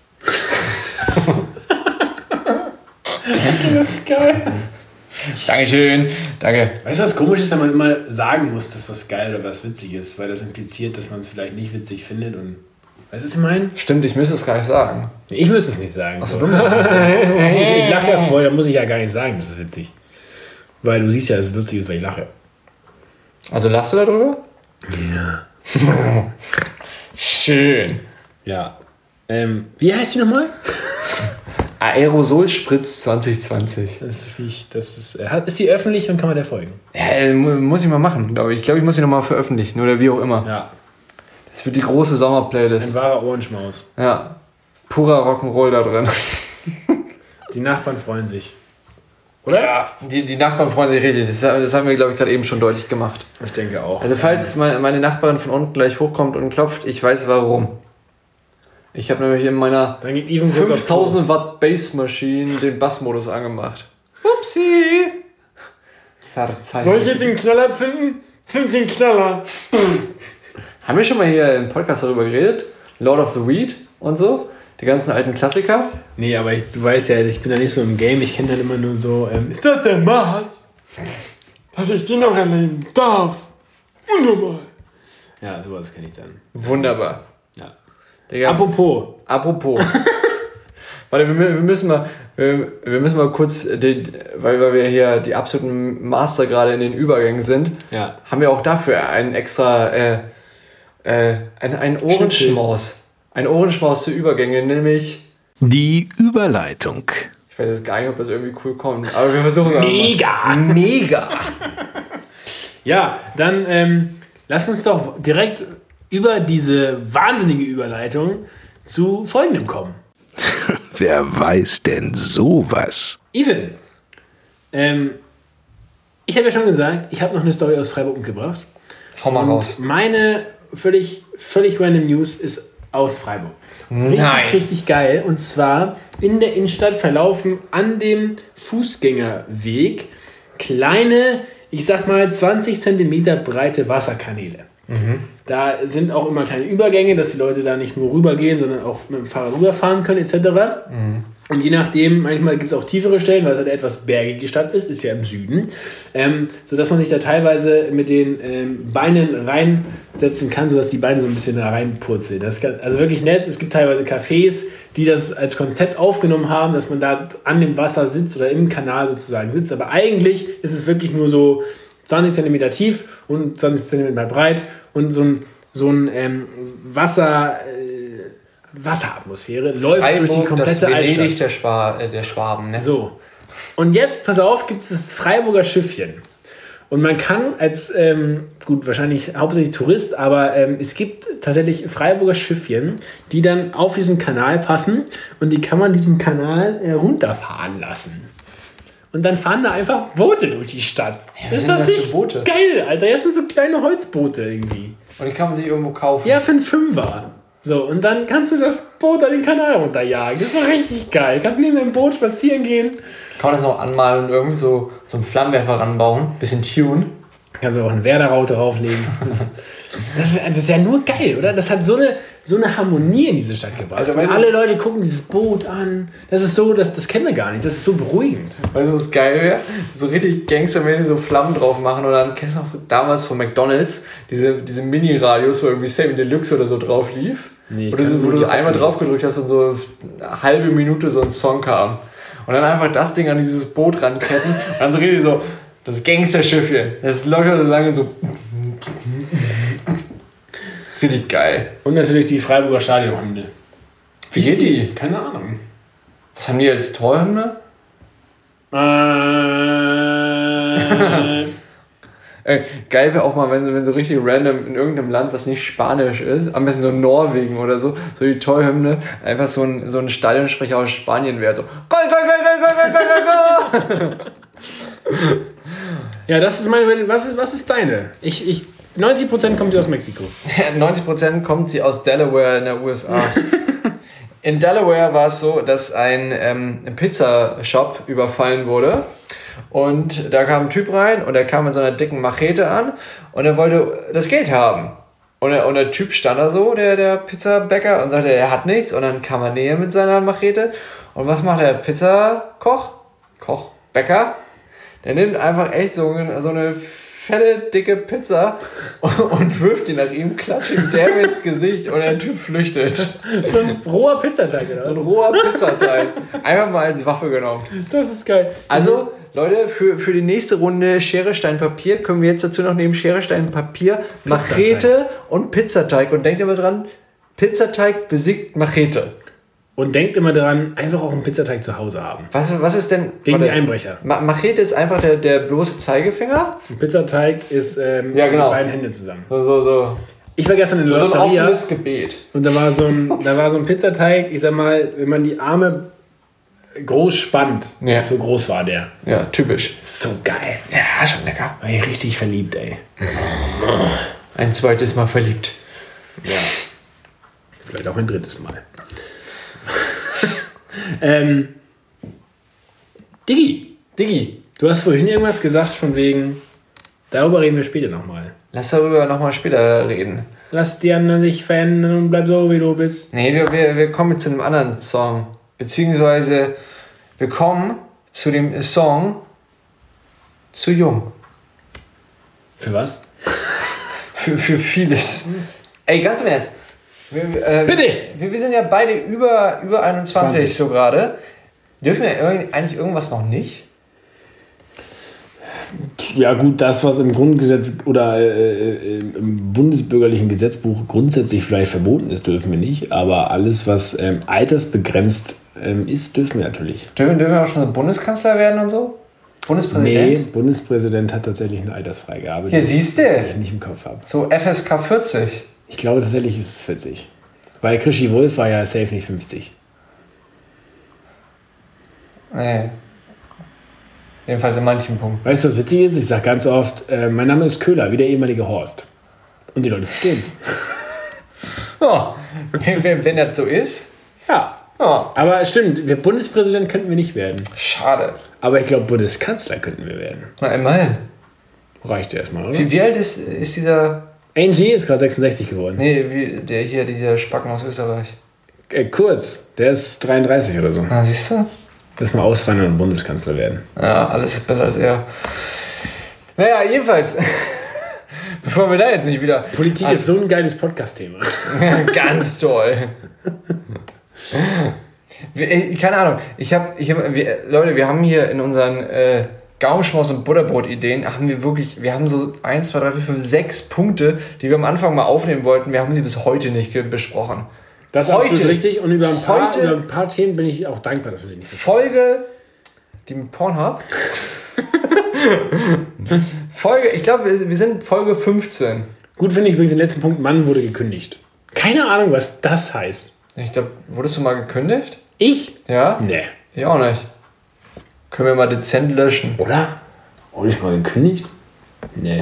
Das ist geil. Dankeschön. Danke. Weißt du, was komisch ist, wenn man immer sagen muss, dass was geil oder was witzig ist, weil das impliziert, dass man es vielleicht nicht witzig findet und. Weißt du, was ich meine? Stimmt, ich müsste es gar nicht sagen. Ich müsste es nicht sagen. Achso, du musst es nicht sagen. Ich lache ja voll, da muss ich ja gar nicht sagen, das ist witzig. Weil du siehst ja, dass es lustig ist, weil ich lache. Also lachst du darüber? Ja. Schön. Ja. Wie heißt die nochmal? Aerosolspritz 2020. Ist die öffentlich und kann man der folgen? Ja, muss ich mal machen, glaube ich. Ich glaube, ich muss sie nochmal veröffentlichen oder wie auch immer. Ja. Das wird die große Sommerplaylist. Ein wahrer Ohrenschmaus. Ja. Purer Rock'n'Roll da drin. Die Nachbarn freuen sich. Oder? Ja, die Nachbarn freuen sich richtig. Das haben wir, glaube ich, gerade eben schon deutlich gemacht. Ich denke auch. Also falls meine Nachbarin von unten gleich hochkommt und klopft, ich weiß warum. Ich habe nämlich in meiner 5000 Watt Bassmaschine den Bassmodus angemacht. Upsi! Verzeihung. Wollt ihr den Knaller finden? Find den Knaller! Haben wir schon mal hier im Podcast darüber geredet? Lord of the Weed und so? Die ganzen alten Klassiker? Nee, aber du weißt ja, ich bin da nicht so im Game. Ich kenne dann immer nur so, ist das der Mars? Dass ich den noch erleben darf? Wunderbar. Ja, sowas kenne ich dann. Wunderbar. Ja. Digga. Apropos. Warte, wir müssen mal kurz, weil wir hier die absoluten Master gerade in den Übergängen sind, haben wir auch dafür einen extra, einen Ohrenschmaus. Ein Ohrenschmaus zu Übergänge, nämlich die Überleitung. Ich weiß jetzt gar nicht, ob das irgendwie cool kommt, aber wir versuchen es Mega! Mega! Ja, dann lass uns doch direkt über diese wahnsinnige Überleitung zu Folgendem kommen. Wer weiß denn sowas? Even, ich habe ja schon gesagt, ich habe noch eine Story aus Freiburg mitgebracht. Hau mal raus. Meine völlig random News ist aus Freiburg. Richtig geil. Und zwar in der Innenstadt verlaufen an dem Fußgängerweg kleine, ich sag mal 20 cm breite Wasserkanäle. Da sind auch immer kleine Übergänge, dass die Leute da nicht nur rübergehen, sondern auch mit dem Fahrrad rüberfahren können etc. Und je nachdem, manchmal gibt es auch tiefere Stellen, weil es eine etwas bergige Stadt ist ja im Süden, sodass man sich da teilweise mit den Beinen reinsetzen kann, sodass die Beine so ein bisschen da reinpurzeln. Das ist also wirklich nett. Es gibt teilweise Cafés, die das als Konzept aufgenommen haben, dass man da an dem Wasser sitzt oder im Kanal sozusagen sitzt. Aber eigentlich ist es wirklich nur so 20 cm tief und 20 cm breit und so ein Wasseratmosphäre läuft Freiburg, durch die komplette das Venedig Altstadt. der Schwaben. Ne? So. Und jetzt, pass auf, gibt es das Freiburger Schiffchen. Und man kann als, gut, wahrscheinlich hauptsächlich Tourist, aber es gibt tatsächlich Freiburger Schiffchen, die dann auf diesen Kanal passen und die kann man diesen Kanal runterfahren lassen. Und dann fahren da einfach Boote durch die Stadt. Ja, ist das nicht Boote? Geil, Alter? Das sind so kleine Holzboote irgendwie. Und die kann man sich irgendwo kaufen. Ja, für einen Fünfer. So, und dann kannst du das Boot an den Kanal runterjagen. Das ist doch richtig geil. Kannst neben dem Boot spazieren gehen. Kann man das noch anmalen und irgendwie so einen Flammenwerfer ranbauen? Bisschen Tune. Kannst du auch eine Werder-Raute drauflegen. Das ist ja nur geil, oder? Das hat so eine Harmonie in diese Stadt gebracht. Also, und alle Leute gucken dieses Boot an. Das ist so, das kennen wir gar nicht. Das ist so beruhigend. Weißt du, was geil wäre? So richtig gangstermäßig so Flammen drauf machen und dann kennst du noch damals von McDonalds diese Mini-Radios, wo irgendwie Sammy Deluxe oder so drauf lief. Nee, wo du einmal drauf gedrückt hast und so eine halbe Minute so ein Song kam. Und dann einfach das Ding an dieses Boot ranketten und dann so richtig so, das Gangsterschiffchen. Das läuft ja so lange so. Richtig geil. Und natürlich die Freiburger Stadionhymne. Wie geht die? Keine Ahnung. Was haben die als Torhymne? Geil wäre auch mal, wenn so richtig random in irgendeinem Land, was nicht Spanisch ist, am besten so Norwegen oder so die Torhymne, einfach so ein Stadionsprecher aus Spanien wäre. So Goal, Goal, Goal, Goal, Goal, Goal, Goal. Ja, das ist meine. Was ist deine? 90% kommt sie aus Mexiko. 90% kommt sie aus Delaware in der USA. In Delaware war es so, dass ein Pizzashop überfallen wurde. Und da kam ein Typ rein und er kam mit so einer dicken Machete an und er wollte das Geld haben. Und der Typ stand da so, der Pizzabäcker, und sagte, er hat nichts. Und dann kam er näher mit seiner Machete. Und was macht der Bäcker? Der nimmt einfach echt so eine fette, dicke Pizza und wirft die nach ihm, klatscht ihm derbe ins Gesicht und der Typ flüchtet. So ein roher Pizzateig, oder? So ein roher Pizzateig. Einfach mal als Waffe genommen. Das ist geil. Also, Leute, für die nächste Runde Schere, Stein, Papier können wir jetzt dazu noch nehmen Schere, Stein, Papier, Machete und Pizzateig. Und denkt immer dran, Pizzateig besiegt Machete. Und denkt immer dran, einfach auch einen Pizzateig zu Hause haben. Was ist denn... Gegen die Einbrecher. Machete ist einfach der bloße Zeigefinger. Ein Pizzateig ist genau. die beiden Hände zusammen. So. Ich war gestern in der So ein Osteria offenes Gebet. und da war so ein Pizzateig, ich sag mal, wenn man die Arme groß spannt, Ja. so groß war der. Ja, typisch. So geil. Ja, schon lecker. War ich richtig verliebt, ey. Ein zweites Mal verliebt. Ja. Vielleicht auch ein drittes Mal. Diggi, du hast vorhin irgendwas gesagt von wegen, darüber reden wir später nochmal. Lass darüber nochmal später reden. Lass die anderen sich verändern und bleib so, wie du bist. Nee, wir kommen jetzt zu einem anderen Song. Beziehungsweise wir kommen zu dem Song Zu jung. Für was? Für vieles. Ey, ganz im Ernst. Bitte! Wir sind ja beide über 21 20. so gerade. Dürfen wir eigentlich irgendwas noch nicht? Ja gut, das, was im Grundgesetz oder im bundesbürgerlichen Gesetzbuch grundsätzlich vielleicht verboten ist, dürfen wir nicht. Aber alles, was altersbegrenzt ist, dürfen wir natürlich. Dürfen wir auch schon so Bundeskanzler werden und so? Bundespräsident? Nee, Bundespräsident hat tatsächlich eine Altersfreigabe. Hier siehst du. Die ich nicht im Kopf habe. So FSK 40. Ich glaube tatsächlich ist es 40. Weil Krischi Wolf war ja safe nicht 50. Nee. Jedenfalls in manchen Punkten. Weißt du, was witzig ist? Ich sage ganz oft, mein Name ist Köhler, wie der ehemalige Horst. Und die Leute verstehen es. Ja, wenn das so ist. Ja. Ja. Aber stimmt, wir Bundespräsident könnten wir nicht werden. Schade. Aber ich glaube, Bundeskanzler könnten wir werden. Na, immerhin. Reicht erstmal, oder? Wie alt ist dieser... Angie ist gerade 66 geworden. Nee, dieser Spacken aus Österreich. Kurz, der ist 33 oder so. Na, siehst du? Lass mal auswandern und Bundeskanzler werden. Ja, alles ist besser als er. Naja, jedenfalls. Bevor wir da jetzt nicht wieder... Politik ist so ein geiles Podcast-Thema. Ganz toll. Keine Ahnung. Leute, wir haben hier in unseren Gaumenschmaus- und Butterbrot-Ideen, wir haben so 1, 2, 3, 4, 5, 6 Punkte, die wir am Anfang mal aufnehmen wollten. Wir haben sie bis heute nicht besprochen. Das ist Heute- absolut richtig. Und über ein heute- paar Themen bin ich auch dankbar, dass wir sie nicht Folge, die mit Pornhub. Ich glaube, wir sind Folge 15. Gut finde ich übrigens den letzten Punkt, Mann wurde gekündigt. Keine Ahnung, was das heißt. Ich glaube, wurdest du mal gekündigt? Ich? Ja? Nee. Ich auch nicht. Können wir mal dezent löschen. Oder? Wurde ich mal gekündigt? Nee.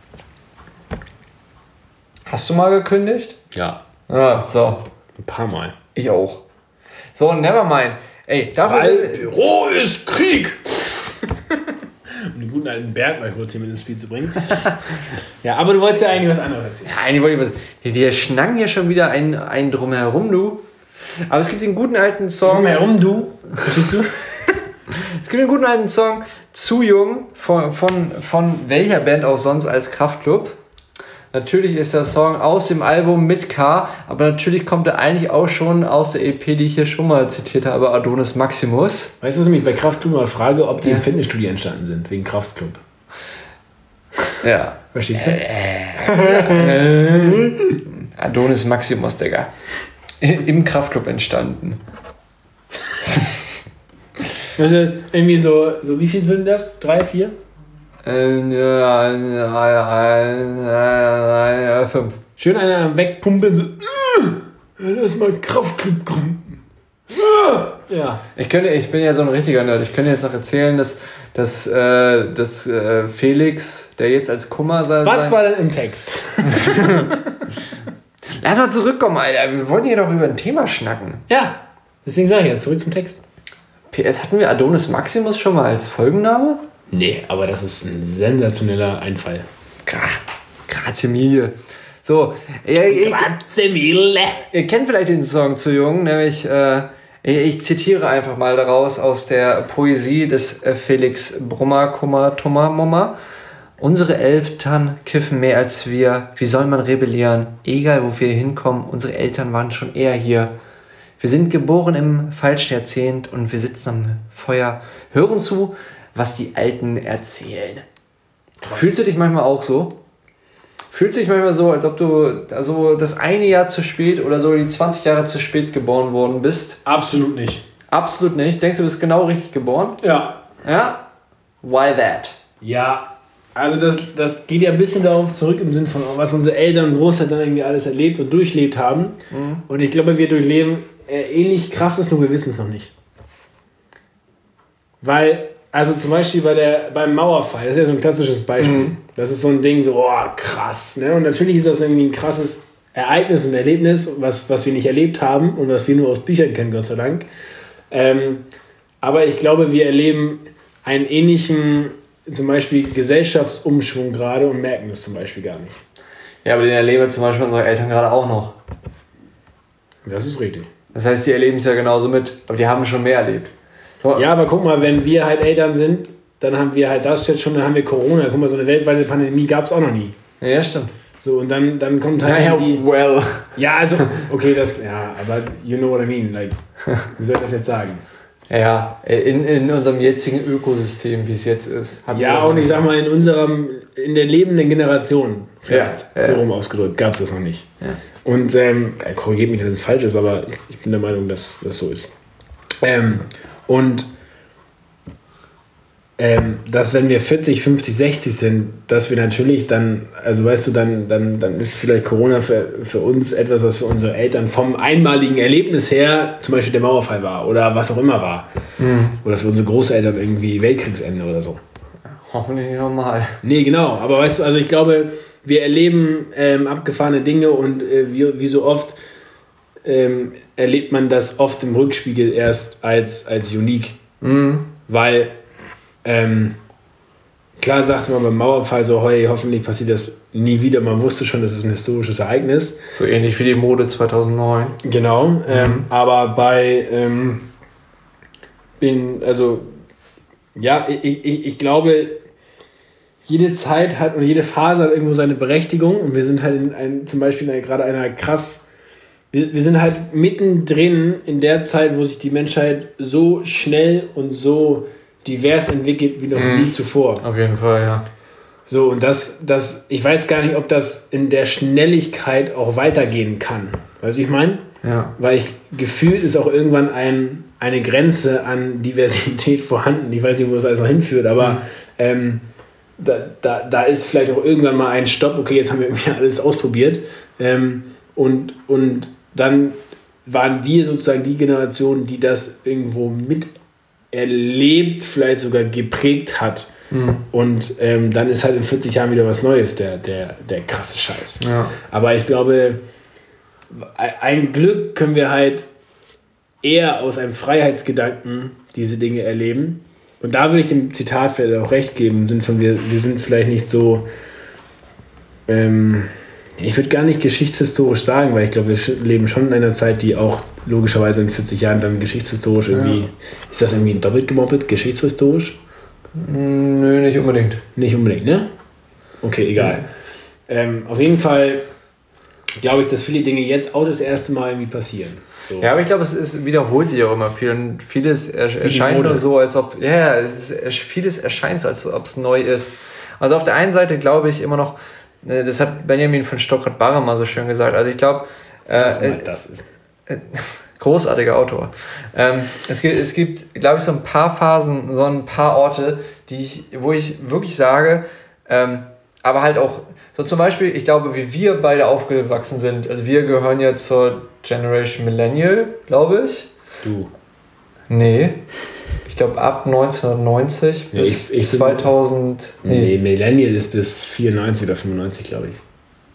Hast du mal gekündigt? Ja. Ja, so. Ein paar Mal. Ich auch. So, nevermind. Ey, dafür Weil sind- Büro ist Krieg! Um den guten alten Berg mal kurz hier mit ins Spiel zu bringen. Ja, aber du wolltest ja eigentlich was anderes erzählen. Ja, eigentlich wollte ich was. Wir schnacken hier schon wieder einen drumherum, du. Aber es gibt den guten alten Song. Drumherum, du. Verstehst du? Es gibt den guten alten Song Zu Jung von welcher Band auch sonst als Kraftklub. Natürlich ist der Song aus dem Album mit K, aber natürlich kommt er eigentlich auch schon aus der EP, die ich hier schon mal zitiert habe, Adonis Maximus. Weißt du, was ich mich bei Kraftklub mal frage, ob die im Fitnessstudio entstanden sind, wegen Kraftklub? Ja. Verstehst du? Adonis Maximus, Digga. Im Kraftklub entstanden. Also irgendwie so wie viel sind das? 3, 4? 5. Schön einer am Wegpumpen, so, lass mal Kraftklub gründen. Ja. Ich bin ja so ein richtiger Nerd. Ich könnte jetzt noch erzählen, dass Felix, der jetzt als Kummer sei. Was war denn im Text? Lass mal zurückkommen, Alter. Wir wollten hier doch über ein Thema schnacken. Ja, deswegen sage ich jetzt zurück zum Text. PS, hatten wir Adonis Maximus schon mal als Folgenname? Nee, aber das ist ein sensationeller Einfall. Grazie mille. So, ihr kennt vielleicht den Song Zu Jung, nämlich, ich zitiere einfach mal daraus aus der Poesie des Felix Brummer. Unsere Eltern kiffen mehr als wir. Wie soll man rebellieren? Egal, wo wir hinkommen, unsere Eltern waren schon eher hier. Wir sind geboren im falschen Jahrzehnt und wir sitzen am Feuer, hören zu, was die Alten erzählen. Krass. Fühlst du dich manchmal auch so? Fühlst du dich manchmal so, als ob du also das eine Jahr zu spät oder so die 20 Jahre zu spät geboren worden bist? Absolut nicht. Absolut nicht. Denkst du, du bist genau richtig geboren? Ja. Ja? Why that? Ja, also das geht ja ein bisschen darauf zurück im Sinn von, was unsere Eltern und Großeltern irgendwie alles erlebt und durchlebt haben. Mhm. Und ich glaube, wir durchleben ähnlich krasses, nur wir wissen es noch nicht. Weil, also zum Beispiel beim Mauerfall, das ist ja so ein klassisches Beispiel. Mhm. Das ist so ein Ding, so, oh, krass. Ne? Und natürlich ist das irgendwie ein krasses Ereignis und Erlebnis, was wir nicht erlebt haben und was wir nur aus Büchern kennen, Gott sei Dank. Aber ich glaube, wir erleben einen ähnlichen, zum Beispiel Gesellschaftsumschwung gerade und merken es zum Beispiel gar nicht. Ja, aber den erleben zum Beispiel unsere Eltern gerade auch noch. Das ist richtig. Das heißt, die erleben es ja genauso mit, aber die haben schon mehr erlebt. So. Ja, aber guck mal, wenn wir halt Eltern sind, dann haben wir halt das jetzt schon, dann haben wir Corona. Guck mal, so eine weltweite Pandemie gab es auch noch nie. Ja, stimmt. So, und dann kommt halt Ja, also, okay, aber you know what I mean. Like, wie soll ich das jetzt sagen? Ja, in unserem jetzigen Ökosystem, wie es jetzt ist. Ja, und ich sag mal, in der lebenden Generation, vielleicht, so rum ausgedrückt, gab es das noch nicht. Ja. Und, korrigiert mich, dass es falsch ist, aber ich bin der Meinung, dass das so ist. Dass wenn wir 40, 50, 60 sind, dass wir natürlich dann, also weißt du, dann ist vielleicht Corona für uns etwas, was für unsere Eltern vom einmaligen Erlebnis her zum Beispiel der Mauerfall war oder was auch immer war. Oder für unsere Großeltern irgendwie Weltkriegsende oder so. Hoffentlich nicht normal. Nee, genau, aber weißt du, also ich glaube, wir erleben abgefahrene Dinge und wie so oft erlebt man das oft im Rückspiegel erst als unique. Weil klar sagte man beim Mauerfall so, hey, hoffentlich passiert das nie wieder. Man wusste schon, das ist ein historisches Ereignis. So ähnlich wie die Mode 2009. Genau, aber ich glaube, jede Zeit hat und jede Phase hat irgendwo seine Berechtigung und wir sind halt zum Beispiel gerade einer wir sind halt mittendrin in der Zeit, wo sich die Menschheit so schnell und so divers entwickelt wie noch nie zuvor. Auf jeden Fall, ja. So, und ich weiß gar nicht, ob das in der Schnelligkeit auch weitergehen kann. Weißt du, ich meine? Ja. Weil gefühlt ist auch irgendwann eine Grenze an Diversität vorhanden. Ich weiß nicht, wo es alles noch hinführt, aber da ist vielleicht auch irgendwann mal ein Stopp. Okay, jetzt haben wir irgendwie alles ausprobiert. Und dann waren wir sozusagen die Generation, die das irgendwo miterlebt, vielleicht sogar geprägt hat. Und dann ist halt in 40 Jahren wieder was Neues, der krasse Scheiß. Ja. Aber ich glaube, ein Glück können wir halt eher aus einem Freiheitsgedanken diese Dinge erleben. Und da würde ich dem Zitat vielleicht auch recht geben, wir sind vielleicht nicht so, ich würde gar nicht geschichtshistorisch sagen, weil ich glaube, wir leben schon in einer Zeit, die auch logischerweise in 40 Jahren dann geschichtshistorisch irgendwie, ist das irgendwie doppelt gemoppelt, geschichtshistorisch? Nö, nicht unbedingt. Nicht unbedingt, ne? Okay, egal. Auf jeden Fall glaube ich, dass viele Dinge jetzt auch das erste Mal irgendwie passieren. So. Ja, aber ich glaube, es wiederholt sich auch immer viel und vieles erscheint nur so, als ob, vieles erscheint so, als ob es neu ist. Also auf der einen Seite glaube ich immer noch, das hat Benjamin von Stuttgart-Barre mal so schön gesagt, also ich glaube, das ist großartiger Autor. Es gibt, glaube ich, so ein paar Phasen, so ein paar Orte, wo ich wirklich sage, aber halt auch, so zum Beispiel, ich glaube, wie wir beide aufgewachsen sind, also wir gehören ja zur Generation Millennial, glaube ich. Du? Nee. Ich glaube ab 1990 bis 2000. Nee, Millennial ist bis 94 oder 95, glaube ich.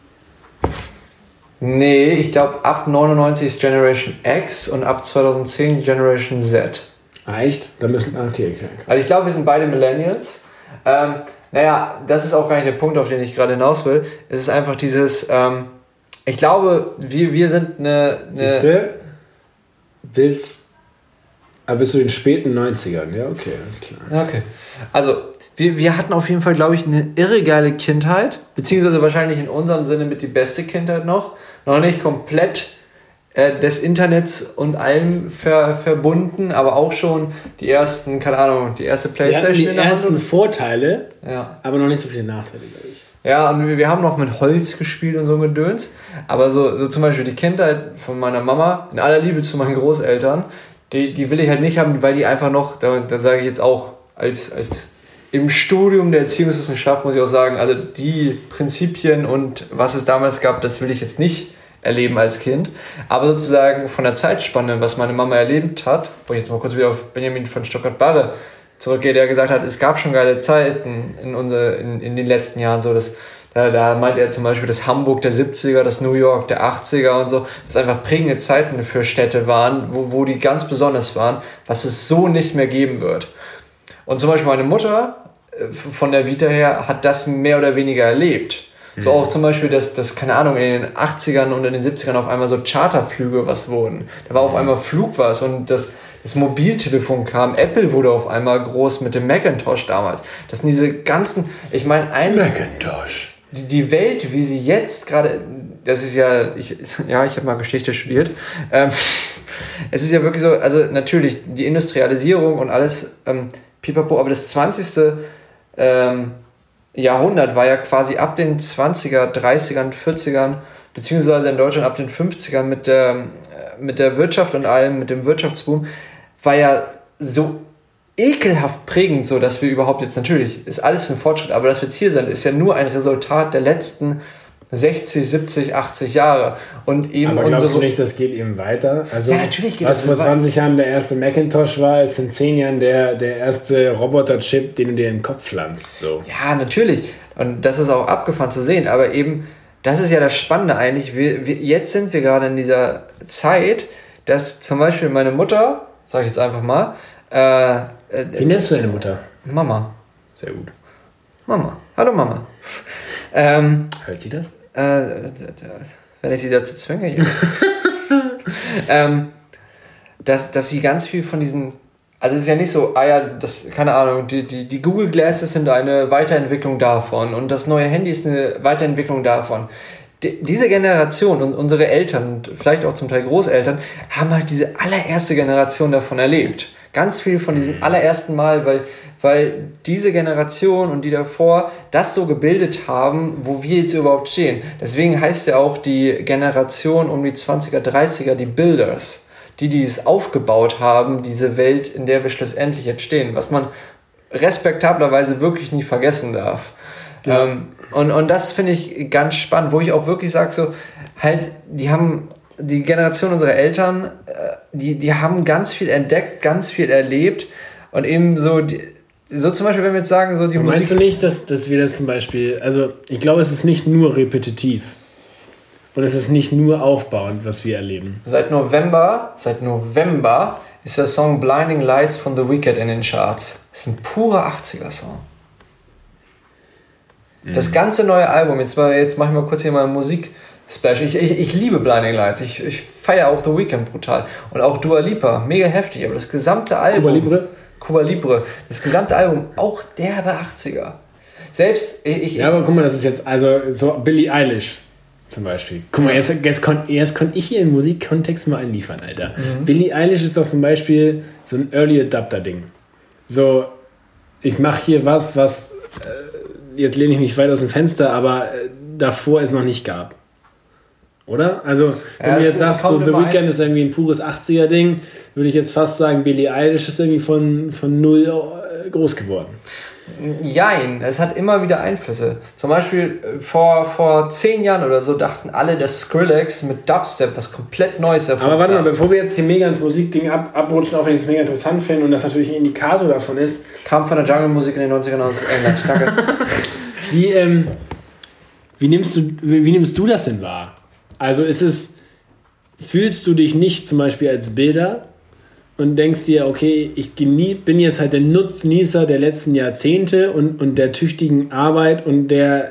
Nee, ich glaube ab 99 ist Generation X und ab 2010 Generation Z. Ah, echt? Da müssen. Okay. Also ich glaube, wir sind beide Millennials. Naja, das ist auch gar nicht der Punkt, auf den ich gerade hinaus will. Es ist einfach dieses, ich glaube, wir sind eine... Siehste? Bis zu den späten 90ern, ja, okay, alles klar. Okay, also wir hatten auf jeden Fall, glaube ich, eine irre geile Kindheit, beziehungsweise wahrscheinlich in unserem Sinne mit die beste Kindheit noch nicht komplett des Internets und allem verbunden, aber auch schon die ersten, keine Ahnung, die erste Playstation. Wir hatten die ersten Vorteile, ja, aber noch nicht so viele Nachteile, glaube ich. Ja, und wir haben noch mit Holz gespielt und so ein Gedöns, aber so zum Beispiel die Kindheit von meiner Mama, in aller Liebe zu meinen Großeltern, die will ich halt nicht haben, weil die einfach noch, da sage ich jetzt auch, als im Studium der Erziehungswissenschaft muss ich auch sagen, also die Prinzipien und was es damals gab, das will ich jetzt nicht erleben als Kind, aber sozusagen von der Zeitspanne, was meine Mama erlebt hat, wo ich jetzt mal kurz wieder auf Benjamin von Stuttgart-Barre zurückgehe, der gesagt hat, es gab schon geile Zeiten in den letzten Jahren, so dass da meint er zum Beispiel das Hamburg der 70er, das New York der 80er und so, das einfach prägende Zeiten für Städte waren, wo die ganz besonders waren, was es so nicht mehr geben wird. Und zum Beispiel meine Mutter von der Vita her hat das mehr oder weniger erlebt. So auch zum Beispiel, dass, keine Ahnung, in den 80ern und in den 70ern auf einmal so Charterflüge was wurden. Da war auf einmal Flug was und das Mobiltelefon kam. Apple wurde auf einmal groß mit dem Macintosh damals. Das sind diese ganzen, ich meine, Macintosh. die Welt, wie sie jetzt gerade, das ist ja, ich habe mal Geschichte studiert, es ist ja wirklich so, also natürlich die Industrialisierung und alles, pipapo, aber das 20. Jahrhundert war ja quasi ab den 20er, 30ern, 40ern, beziehungsweise in Deutschland ab den 50ern mit der Wirtschaft und allem, mit dem Wirtschaftsboom, war ja so ekelhaft prägend, so dass wir überhaupt jetzt, natürlich ist alles ein Fortschritt, aber dass wir jetzt hier sind, ist ja nur ein Resultat der letzten 60, 70, 80 Jahre. Und eben aber glaubst du nicht, das geht eben weiter? Also, ja, natürlich geht was das vor 20 Jahren der erste Macintosh war, ist in 10 Jahren der erste Roboter-Chip, den du dir in den Kopf pflanzt. So. Ja, natürlich. Und das ist auch abgefahren zu sehen. Aber eben, das ist ja das Spannende eigentlich. Jetzt sind wir gerade in dieser Zeit, dass zum Beispiel meine Mutter, sag ich jetzt einfach mal, wie nennst du deine Mutter? Mama. Sehr gut. Mama. Hallo Mama. Hört sie das? Wenn ich sie dazu zwinge, ja. Dass sie ganz viel von diesen, also es ist ja nicht so, keine Ahnung, die Google Glasses sind eine Weiterentwicklung davon und das neue Handy ist eine Weiterentwicklung davon. Diese Generation und unsere Eltern und vielleicht auch zum Teil Großeltern haben halt diese allererste Generation davon erlebt. Ganz viel von diesem allerersten Mal, weil diese Generation und die davor das so gebildet haben, wo wir jetzt überhaupt stehen. Deswegen heißt ja auch die Generation um die 20er, 30er die Builders. Die es aufgebaut haben, diese Welt, in der wir schlussendlich jetzt stehen. Was man respektablerweise wirklich nie vergessen darf. Ja. Und das finde ich ganz spannend, wo ich auch wirklich sage, so, halt, die Generation unserer Eltern, die haben ganz viel entdeckt, ganz viel erlebt und eben so, so zum Beispiel, wenn wir jetzt sagen, so die Musik... Meinst du nicht, dass wir das zum Beispiel, also ich glaube, es ist nicht nur repetitiv und es ist nicht nur aufbauend, was wir erleben. Seit November ist der Song Blinding Lights von The Weeknd in den Charts. Das ist ein purer 80er-Song. Das ganze neue Album, jetzt mache ich mal kurz hier mal Musik-Special. Ich liebe Blinding Lights, ich feiere auch The Weeknd brutal. Und auch Dua Lipa, mega heftig, aber das gesamte Album... Cuba Libre. Das gesamte Album, auch derbe 80er. Selbst... Ja, aber guck mal, das ist jetzt, also so Billie Eilish zum Beispiel. Guck mal, jetzt konnte ich hier im Musikkontext mal einliefern, Alter. Billie Eilish ist doch zum Beispiel so ein Early Adapter-Ding. So, ich mache hier was jetzt lehne ich mich weit aus dem Fenster, aber davor es noch nicht gab. Oder? Also, wenn du jetzt sagst, so The Weeknd ist irgendwie ein pures 80er-Ding, würde ich jetzt fast sagen, Billie Eilish ist irgendwie von null groß geworden. Jein, es hat immer wieder Einflüsse. Zum Beispiel vor 10 Jahren oder so dachten alle, dass Skrillex mit Dubstep was komplett Neues erfunden hat. Aber warte mal, bevor wir jetzt hier mega ins Musikding abrutschen, auch wenn ich es mega interessant finde und das natürlich ein Indikator davon ist. Kam von der Jungle-Musik in den 90ern aus England. Danke. Wie nimmst du das denn wahr? Also fühlst du dich nicht zum Beispiel als Bilder und denkst dir, okay, ich bin jetzt halt der Nutznießer der letzten Jahrzehnte und der tüchtigen Arbeit und der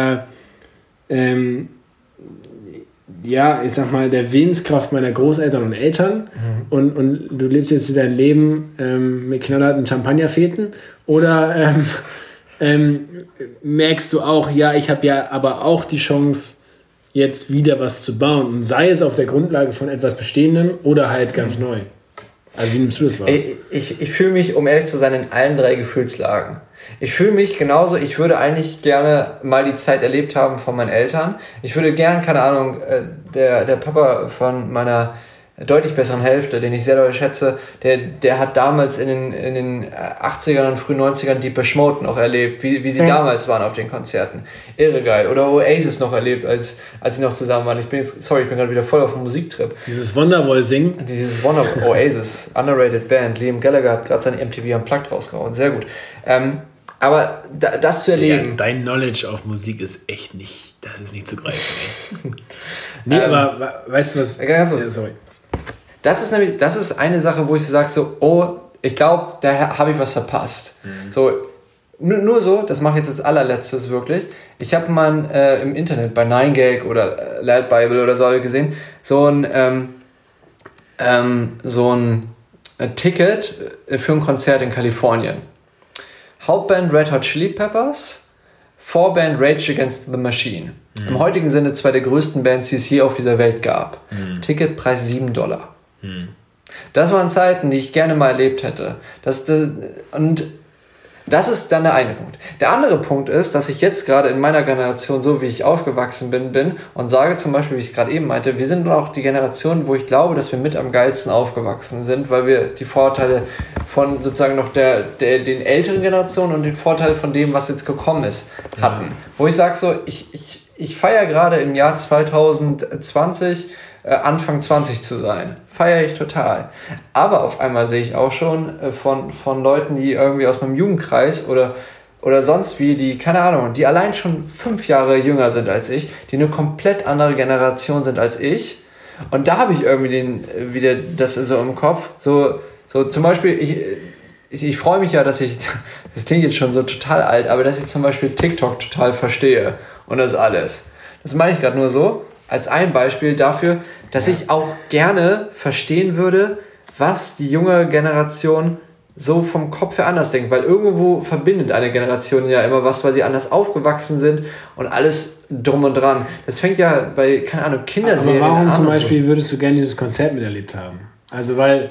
ich sag mal, der Willenskraft meiner Großeltern und Eltern und du lebst jetzt dein Leben mit knallharten Champagnerfeten oder merkst du auch, ja, ich habe ja aber auch die Chance, jetzt wieder was zu bauen. Und sei es auf der Grundlage von etwas Bestehendem oder halt ganz neu. Also wie nimmst du das wahr? Ich fühle mich, um ehrlich zu sein, in allen 3 Gefühlslagen. Ich fühle mich genauso, ich würde eigentlich gerne mal die Zeit erlebt haben von meinen Eltern. Ich würde gern, keine Ahnung, der Papa von meiner deutlich besseren Hälfte, den ich sehr doll schätze, der hat damals in den 80ern und frühen 90ern Depeche Mode noch erlebt, wie sie damals waren auf den Konzerten. Irre geil. Oder Oasis noch erlebt, als sie noch zusammen waren. Ich bin gerade wieder voll auf dem Musiktrip. Dieses Wonderwall-Singen. Oasis, underrated Band. Liam Gallagher hat gerade seine MTV Unplugged rausgehauen. Sehr gut. Aber das zu erleben... Ja, dein Knowledge auf Musik ist echt nicht, das ist nicht zu greifen. Nee, aber weißt du was... Sorry. Das ist eine Sache, wo ich sage so, ich glaube, da habe ich was verpasst. So, nur so, das mache ich jetzt als allerletztes wirklich. Ich habe mal im Internet bei 9gag oder Lad Bible oder so gesehen, so ein Ticket für ein Konzert in Kalifornien. Hauptband Red Hot Chili Peppers, Vorband Rage Against the Machine. Im heutigen Sinne 2 der größten Bands, die es je auf dieser Welt gab. Ticketpreis $7. Das waren Zeiten, die ich gerne mal erlebt hätte. Und das ist dann der eine Punkt. Der andere Punkt ist, dass ich jetzt gerade in meiner Generation, so wie ich aufgewachsen bin und sage zum Beispiel, wie ich gerade eben meinte, wir sind auch die Generation, wo ich glaube, dass wir mit am geilsten aufgewachsen sind, weil wir die Vorteile von sozusagen noch den älteren Generationen und den Vorteil von dem, was jetzt gekommen ist, hatten. Wo ich sage so, ich feiere gerade im Jahr 2020 Anfang 20 zu sein. Feiere ich total. Aber auf einmal sehe ich auch schon von Leuten, die irgendwie aus meinem Jugendkreis oder sonst wie, die, keine Ahnung, die allein schon 5 Jahre jünger sind als ich, die eine komplett andere Generation sind als ich. Und da habe ich irgendwie wieder das so im Kopf. So zum Beispiel, ich freue mich ja, dass das klingt jetzt schon so total alt, aber dass ich zum Beispiel TikTok total verstehe und das alles. Das meine ich gerade nur so. Als ein Beispiel dafür, dass ich auch gerne verstehen würde, was die junge Generation so vom Kopf her anders denkt. Weil irgendwo verbindet eine Generation ja immer was, weil sie anders aufgewachsen sind und alles drum und dran. Das fängt ja bei, keine Ahnung, Kinderserien an. Aber warum zum Beispiel würdest du gerne dieses Konzert miterlebt haben? Also weil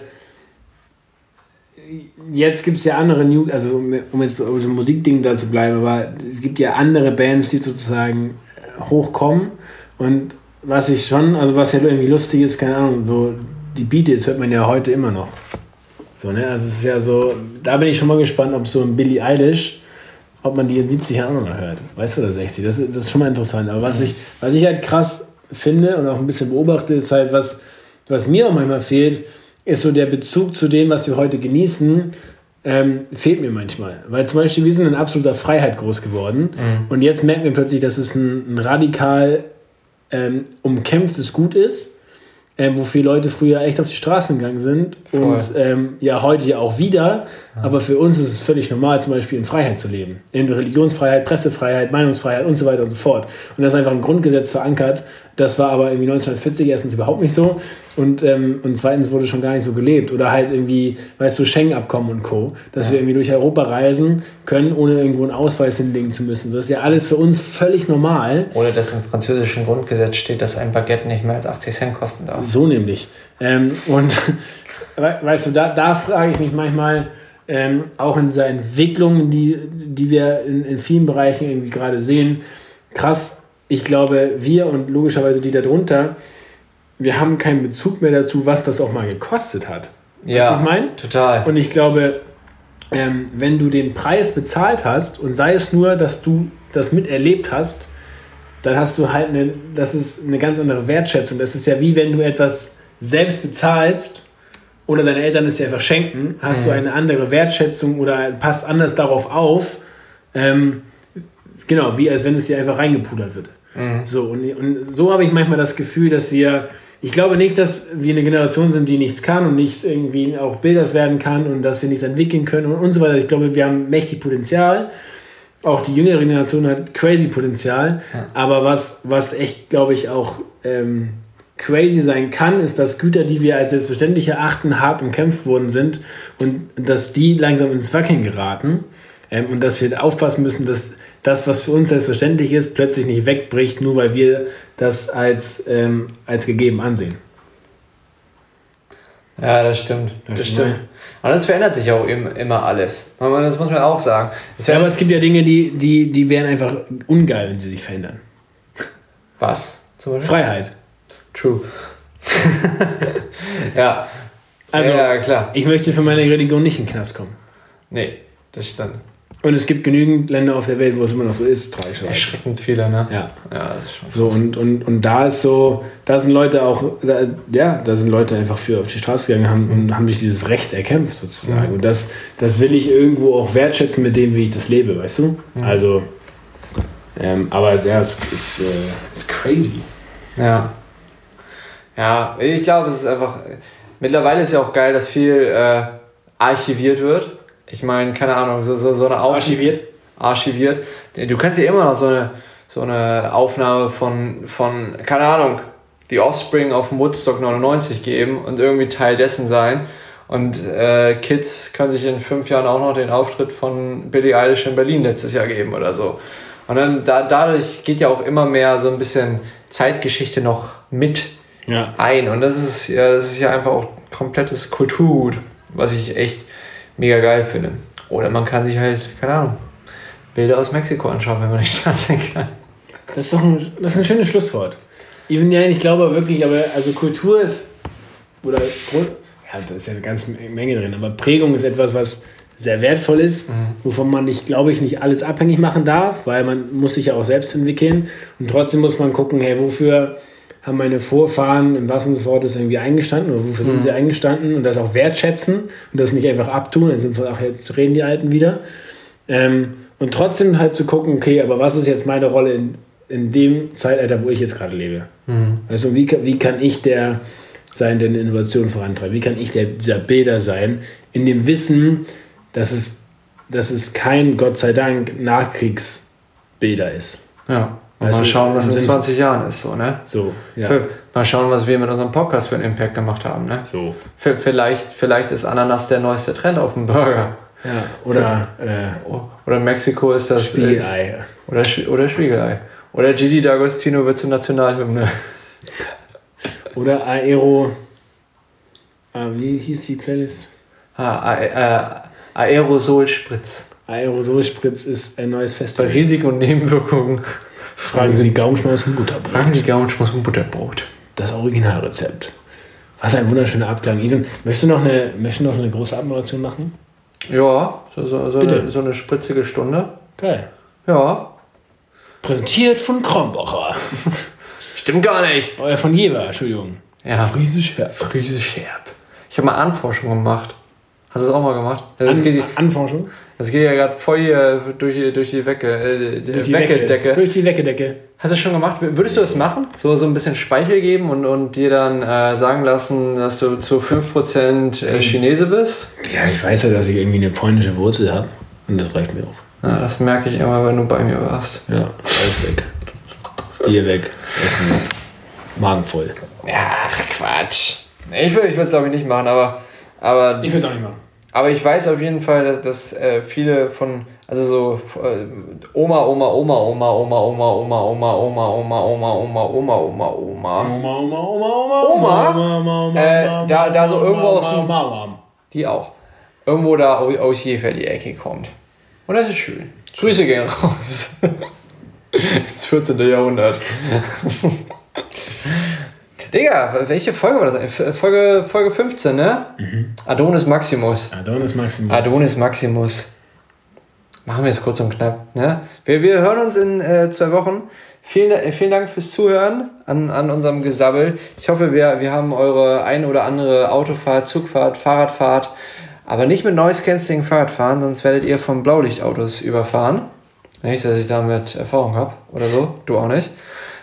jetzt gibt es ja andere also um jetzt um so ein Musikding da zu bleiben, aber es gibt ja andere Bands, die sozusagen hochkommen und was ja irgendwie lustig ist, keine Ahnung, so die Beatles hört man ja heute immer noch. So, ne? Also es ist ja so, da bin ich schon mal gespannt, ob so ein Billie Eilish, ob man die in 70 Jahren auch noch hört. Weißt du, oder 60? Das ist schon mal interessant. Aber was ich halt krass finde und auch ein bisschen beobachte, ist halt, was mir auch manchmal fehlt, ist so der Bezug zu dem, was wir heute genießen, fehlt mir manchmal. Weil zum Beispiel, wir sind in absoluter Freiheit groß geworden und jetzt merken wir plötzlich, dass es ein radikal umkämpftes Gut ist, wo viele Leute früher echt auf die Straßen gegangen sind. Voll. Und heute ja auch wieder, aber für uns ist es völlig normal, zum Beispiel in Freiheit zu leben. In Religionsfreiheit, Pressefreiheit, Meinungsfreiheit und so weiter und so fort. Und das ist einfach im Grundgesetz verankert. Das war aber irgendwie 1940 erstens überhaupt nicht so und zweitens wurde schon gar nicht so gelebt. Oder halt irgendwie, weißt du, Schengen-Abkommen und Co., dass wir irgendwie durch Europa reisen können, ohne irgendwo einen Ausweis hinlegen zu müssen. Das ist ja alles für uns völlig normal. Oder dass im französischen Grundgesetz steht, dass ein Baguette nicht mehr als 80 Cent kosten darf. So nämlich. Und weißt du, da frage ich mich manchmal, auch in dieser Entwicklung, die wir in vielen Bereichen irgendwie gerade sehen, krass. Ich glaube, wir und logischerweise die darunter, wir haben keinen Bezug mehr dazu, was das auch mal gekostet hat. Ja, weißt du, was ich meine? Total. Und ich glaube, wenn du den Preis bezahlt hast und sei es nur, dass du das miterlebt hast, dann hast du halt das ist eine ganz andere Wertschätzung. Das ist ja wie wenn du etwas selbst bezahlst oder deine Eltern es dir einfach schenken, hast du eine andere Wertschätzung oder passt anders darauf auf, genau, wie als wenn es dir einfach reingepudert wird. So, und so habe ich manchmal das Gefühl, dass ich glaube nicht, dass wir eine Generation sind, die nichts kann und nicht irgendwie auch Bilders werden kann und dass wir nichts entwickeln können und so weiter. Ich glaube, wir haben mächtig Potenzial. Auch die jüngere Generation hat crazy Potenzial. Ja. Aber was echt, glaube ich, auch crazy sein kann, ist, dass Güter, die wir als selbstverständlich erachten, hart umkämpft worden sind und dass die langsam ins Wackeln geraten und dass wir aufpassen müssen, dass das, was für uns selbstverständlich ist, plötzlich nicht wegbricht, nur weil wir das als gegeben ansehen. Ja, das stimmt. Das stimmt. Aber das verändert sich auch immer alles. Das muss man auch sagen. Ja, aber es gibt ja Dinge, die wären einfach ungeil, wenn sie sich verändern. Was? Zum Beispiel? Freiheit. True. Ja. Also, ja, klar. Ich möchte für meine Religion nicht in den Knast kommen. Nee, das stimmt. Und es gibt genügend Länder auf der Welt, wo es immer noch so ist, tragischerweise. Erschreckend viele, ne? Ja. Ja, das ist schon so. Und da ist so, da sind Leute auch, da sind Leute einfach für auf die Straße gegangen und haben sich dieses Recht erkämpft, sozusagen. Mhm. Und das will ich irgendwo auch wertschätzen mit dem, wie ich das lebe, weißt du? Mhm. Also, aber es ist crazy. Ja. Ja, ich glaube, es ist einfach, mittlerweile ist ja auch geil, dass viel archiviert wird. Ich meine, keine Ahnung, so eine Aufnahme. Archiviert. Du kannst ja immer noch so eine Aufnahme von, keine Ahnung, The Offspring auf Woodstock 99 geben und irgendwie Teil dessen sein. Und Kids können sich in 5 Jahren auch noch den Auftritt von Billie Eilish in Berlin letztes Jahr geben oder so. Und dann dadurch geht ja auch immer mehr so ein bisschen Zeitgeschichte noch mit ein. Und das ist ja einfach auch komplettes Kulturgut, was ich echt mega geil finde. Oder man kann sich halt, keine Ahnung, Bilder aus Mexiko anschauen, wenn man nicht da sein kann. Das ist ein schönes Schlusswort. Ich glaube wirklich, also Kultur ist, da ist ja eine ganze Menge drin, aber Prägung ist etwas, was sehr wertvoll ist, wovon man glaube ich, nicht alles abhängig machen darf, weil man muss sich ja auch selbst entwickeln und trotzdem muss man gucken, hey, wofür haben meine Vorfahren im wahrsten Sinne des Wortes irgendwie eingestanden oder wofür sind sie eingestanden und das auch wertschätzen und das nicht einfach abtun, dann sind wir, jetzt reden die Alten wieder. Und trotzdem halt zu gucken, okay, aber was ist jetzt meine Rolle in dem Zeitalter, wo ich jetzt gerade lebe? Also wie kann ich der sein, der eine Innovation vorantreibt? Wie kann ich dieser Bilder sein, in dem Wissen, dass es kein, Gott sei Dank, Nachkriegsbilder ist? Ja. Mal schauen, was in 20 Jahren ist, so, ne? So, ja. Mal schauen, was wir mit unserem Podcast für einen Impact gemacht haben, ne? So. Vielleicht ist Ananas der neueste Trend auf dem Burger. Ja, oder in Mexiko ist das Spiegelei. Oder Spiegelei. Oder Gigi D'Agostino wird zur Nationalhymne. Oder Aero. Wie hieß die Playlist? Aerosolspritz. Aerosolspritz ist ein neues Festival. Bei Risiken und Nebenwirkungen. Fragen Sie Gaumenschmaus und Butterbrot. Das Originalrezept. Was ein wunderschöner Abklang. Even, möchtest du noch eine große Abmoderation machen? Ja, so eine spritzige Stunde. Geil. Ja. Präsentiert von Krombacher. Stimmt gar nicht. Von Jever, Entschuldigung. Ja. Friesisch Herb. Ich habe mal Ahnforschung gemacht. Hast du das auch mal gemacht? Anforschung? Das geht ja gerade voll hier durch die Decke. Durch die Weggedecke. Hast du das schon gemacht? Würdest du das machen? So ein bisschen Speichel geben und dir dann sagen lassen, dass du zu 5% Chinese bist? Ja, ich weiß ja, dass ich irgendwie eine polnische Wurzel habe. Und das reicht mir auch. Ja, das merke ich immer, wenn du bei mir warst. Ja, alles weg. Bier weg. Essen weg. Magen voll. Ach, Quatsch. Ich würde es glaube ich nicht machen, aber ich will es auch nicht machen. Aber ich weiß auf jeden Fall, dass viele von, also so Oma, da so irgendwo aus dem, die auch, irgendwo da aus Jever die Ecke kommt. Und das ist schön. Grüße gehen raus. Ins 14. Jahrhundert. Digga, welche Folge war das? Folge 15, ne? Adonis Maximus. Machen wir es kurz und knapp, ne? Wir hören uns in 2 Wochen. Vielen Dank fürs Zuhören an unserem Gesabbel. Ich hoffe, wir haben eure ein oder andere Autofahrt, Zugfahrt, Fahrradfahrt, aber nicht mit Noise Cancelling Fahrradfahren, sonst werdet ihr von Blaulichtautos überfahren. Nicht, dass ich damit Erfahrung habe oder so. Du auch nicht.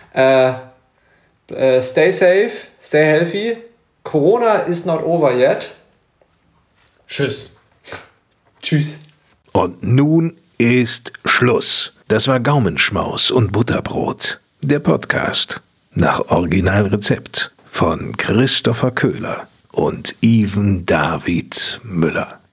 Stay safe, stay healthy. Corona is not over yet. Tschüss. Und nun ist Schluss. Das war Gaumenschmaus und Butterbrot. Der Podcast nach Originalrezept von Christopher Köhler und Even David Müller.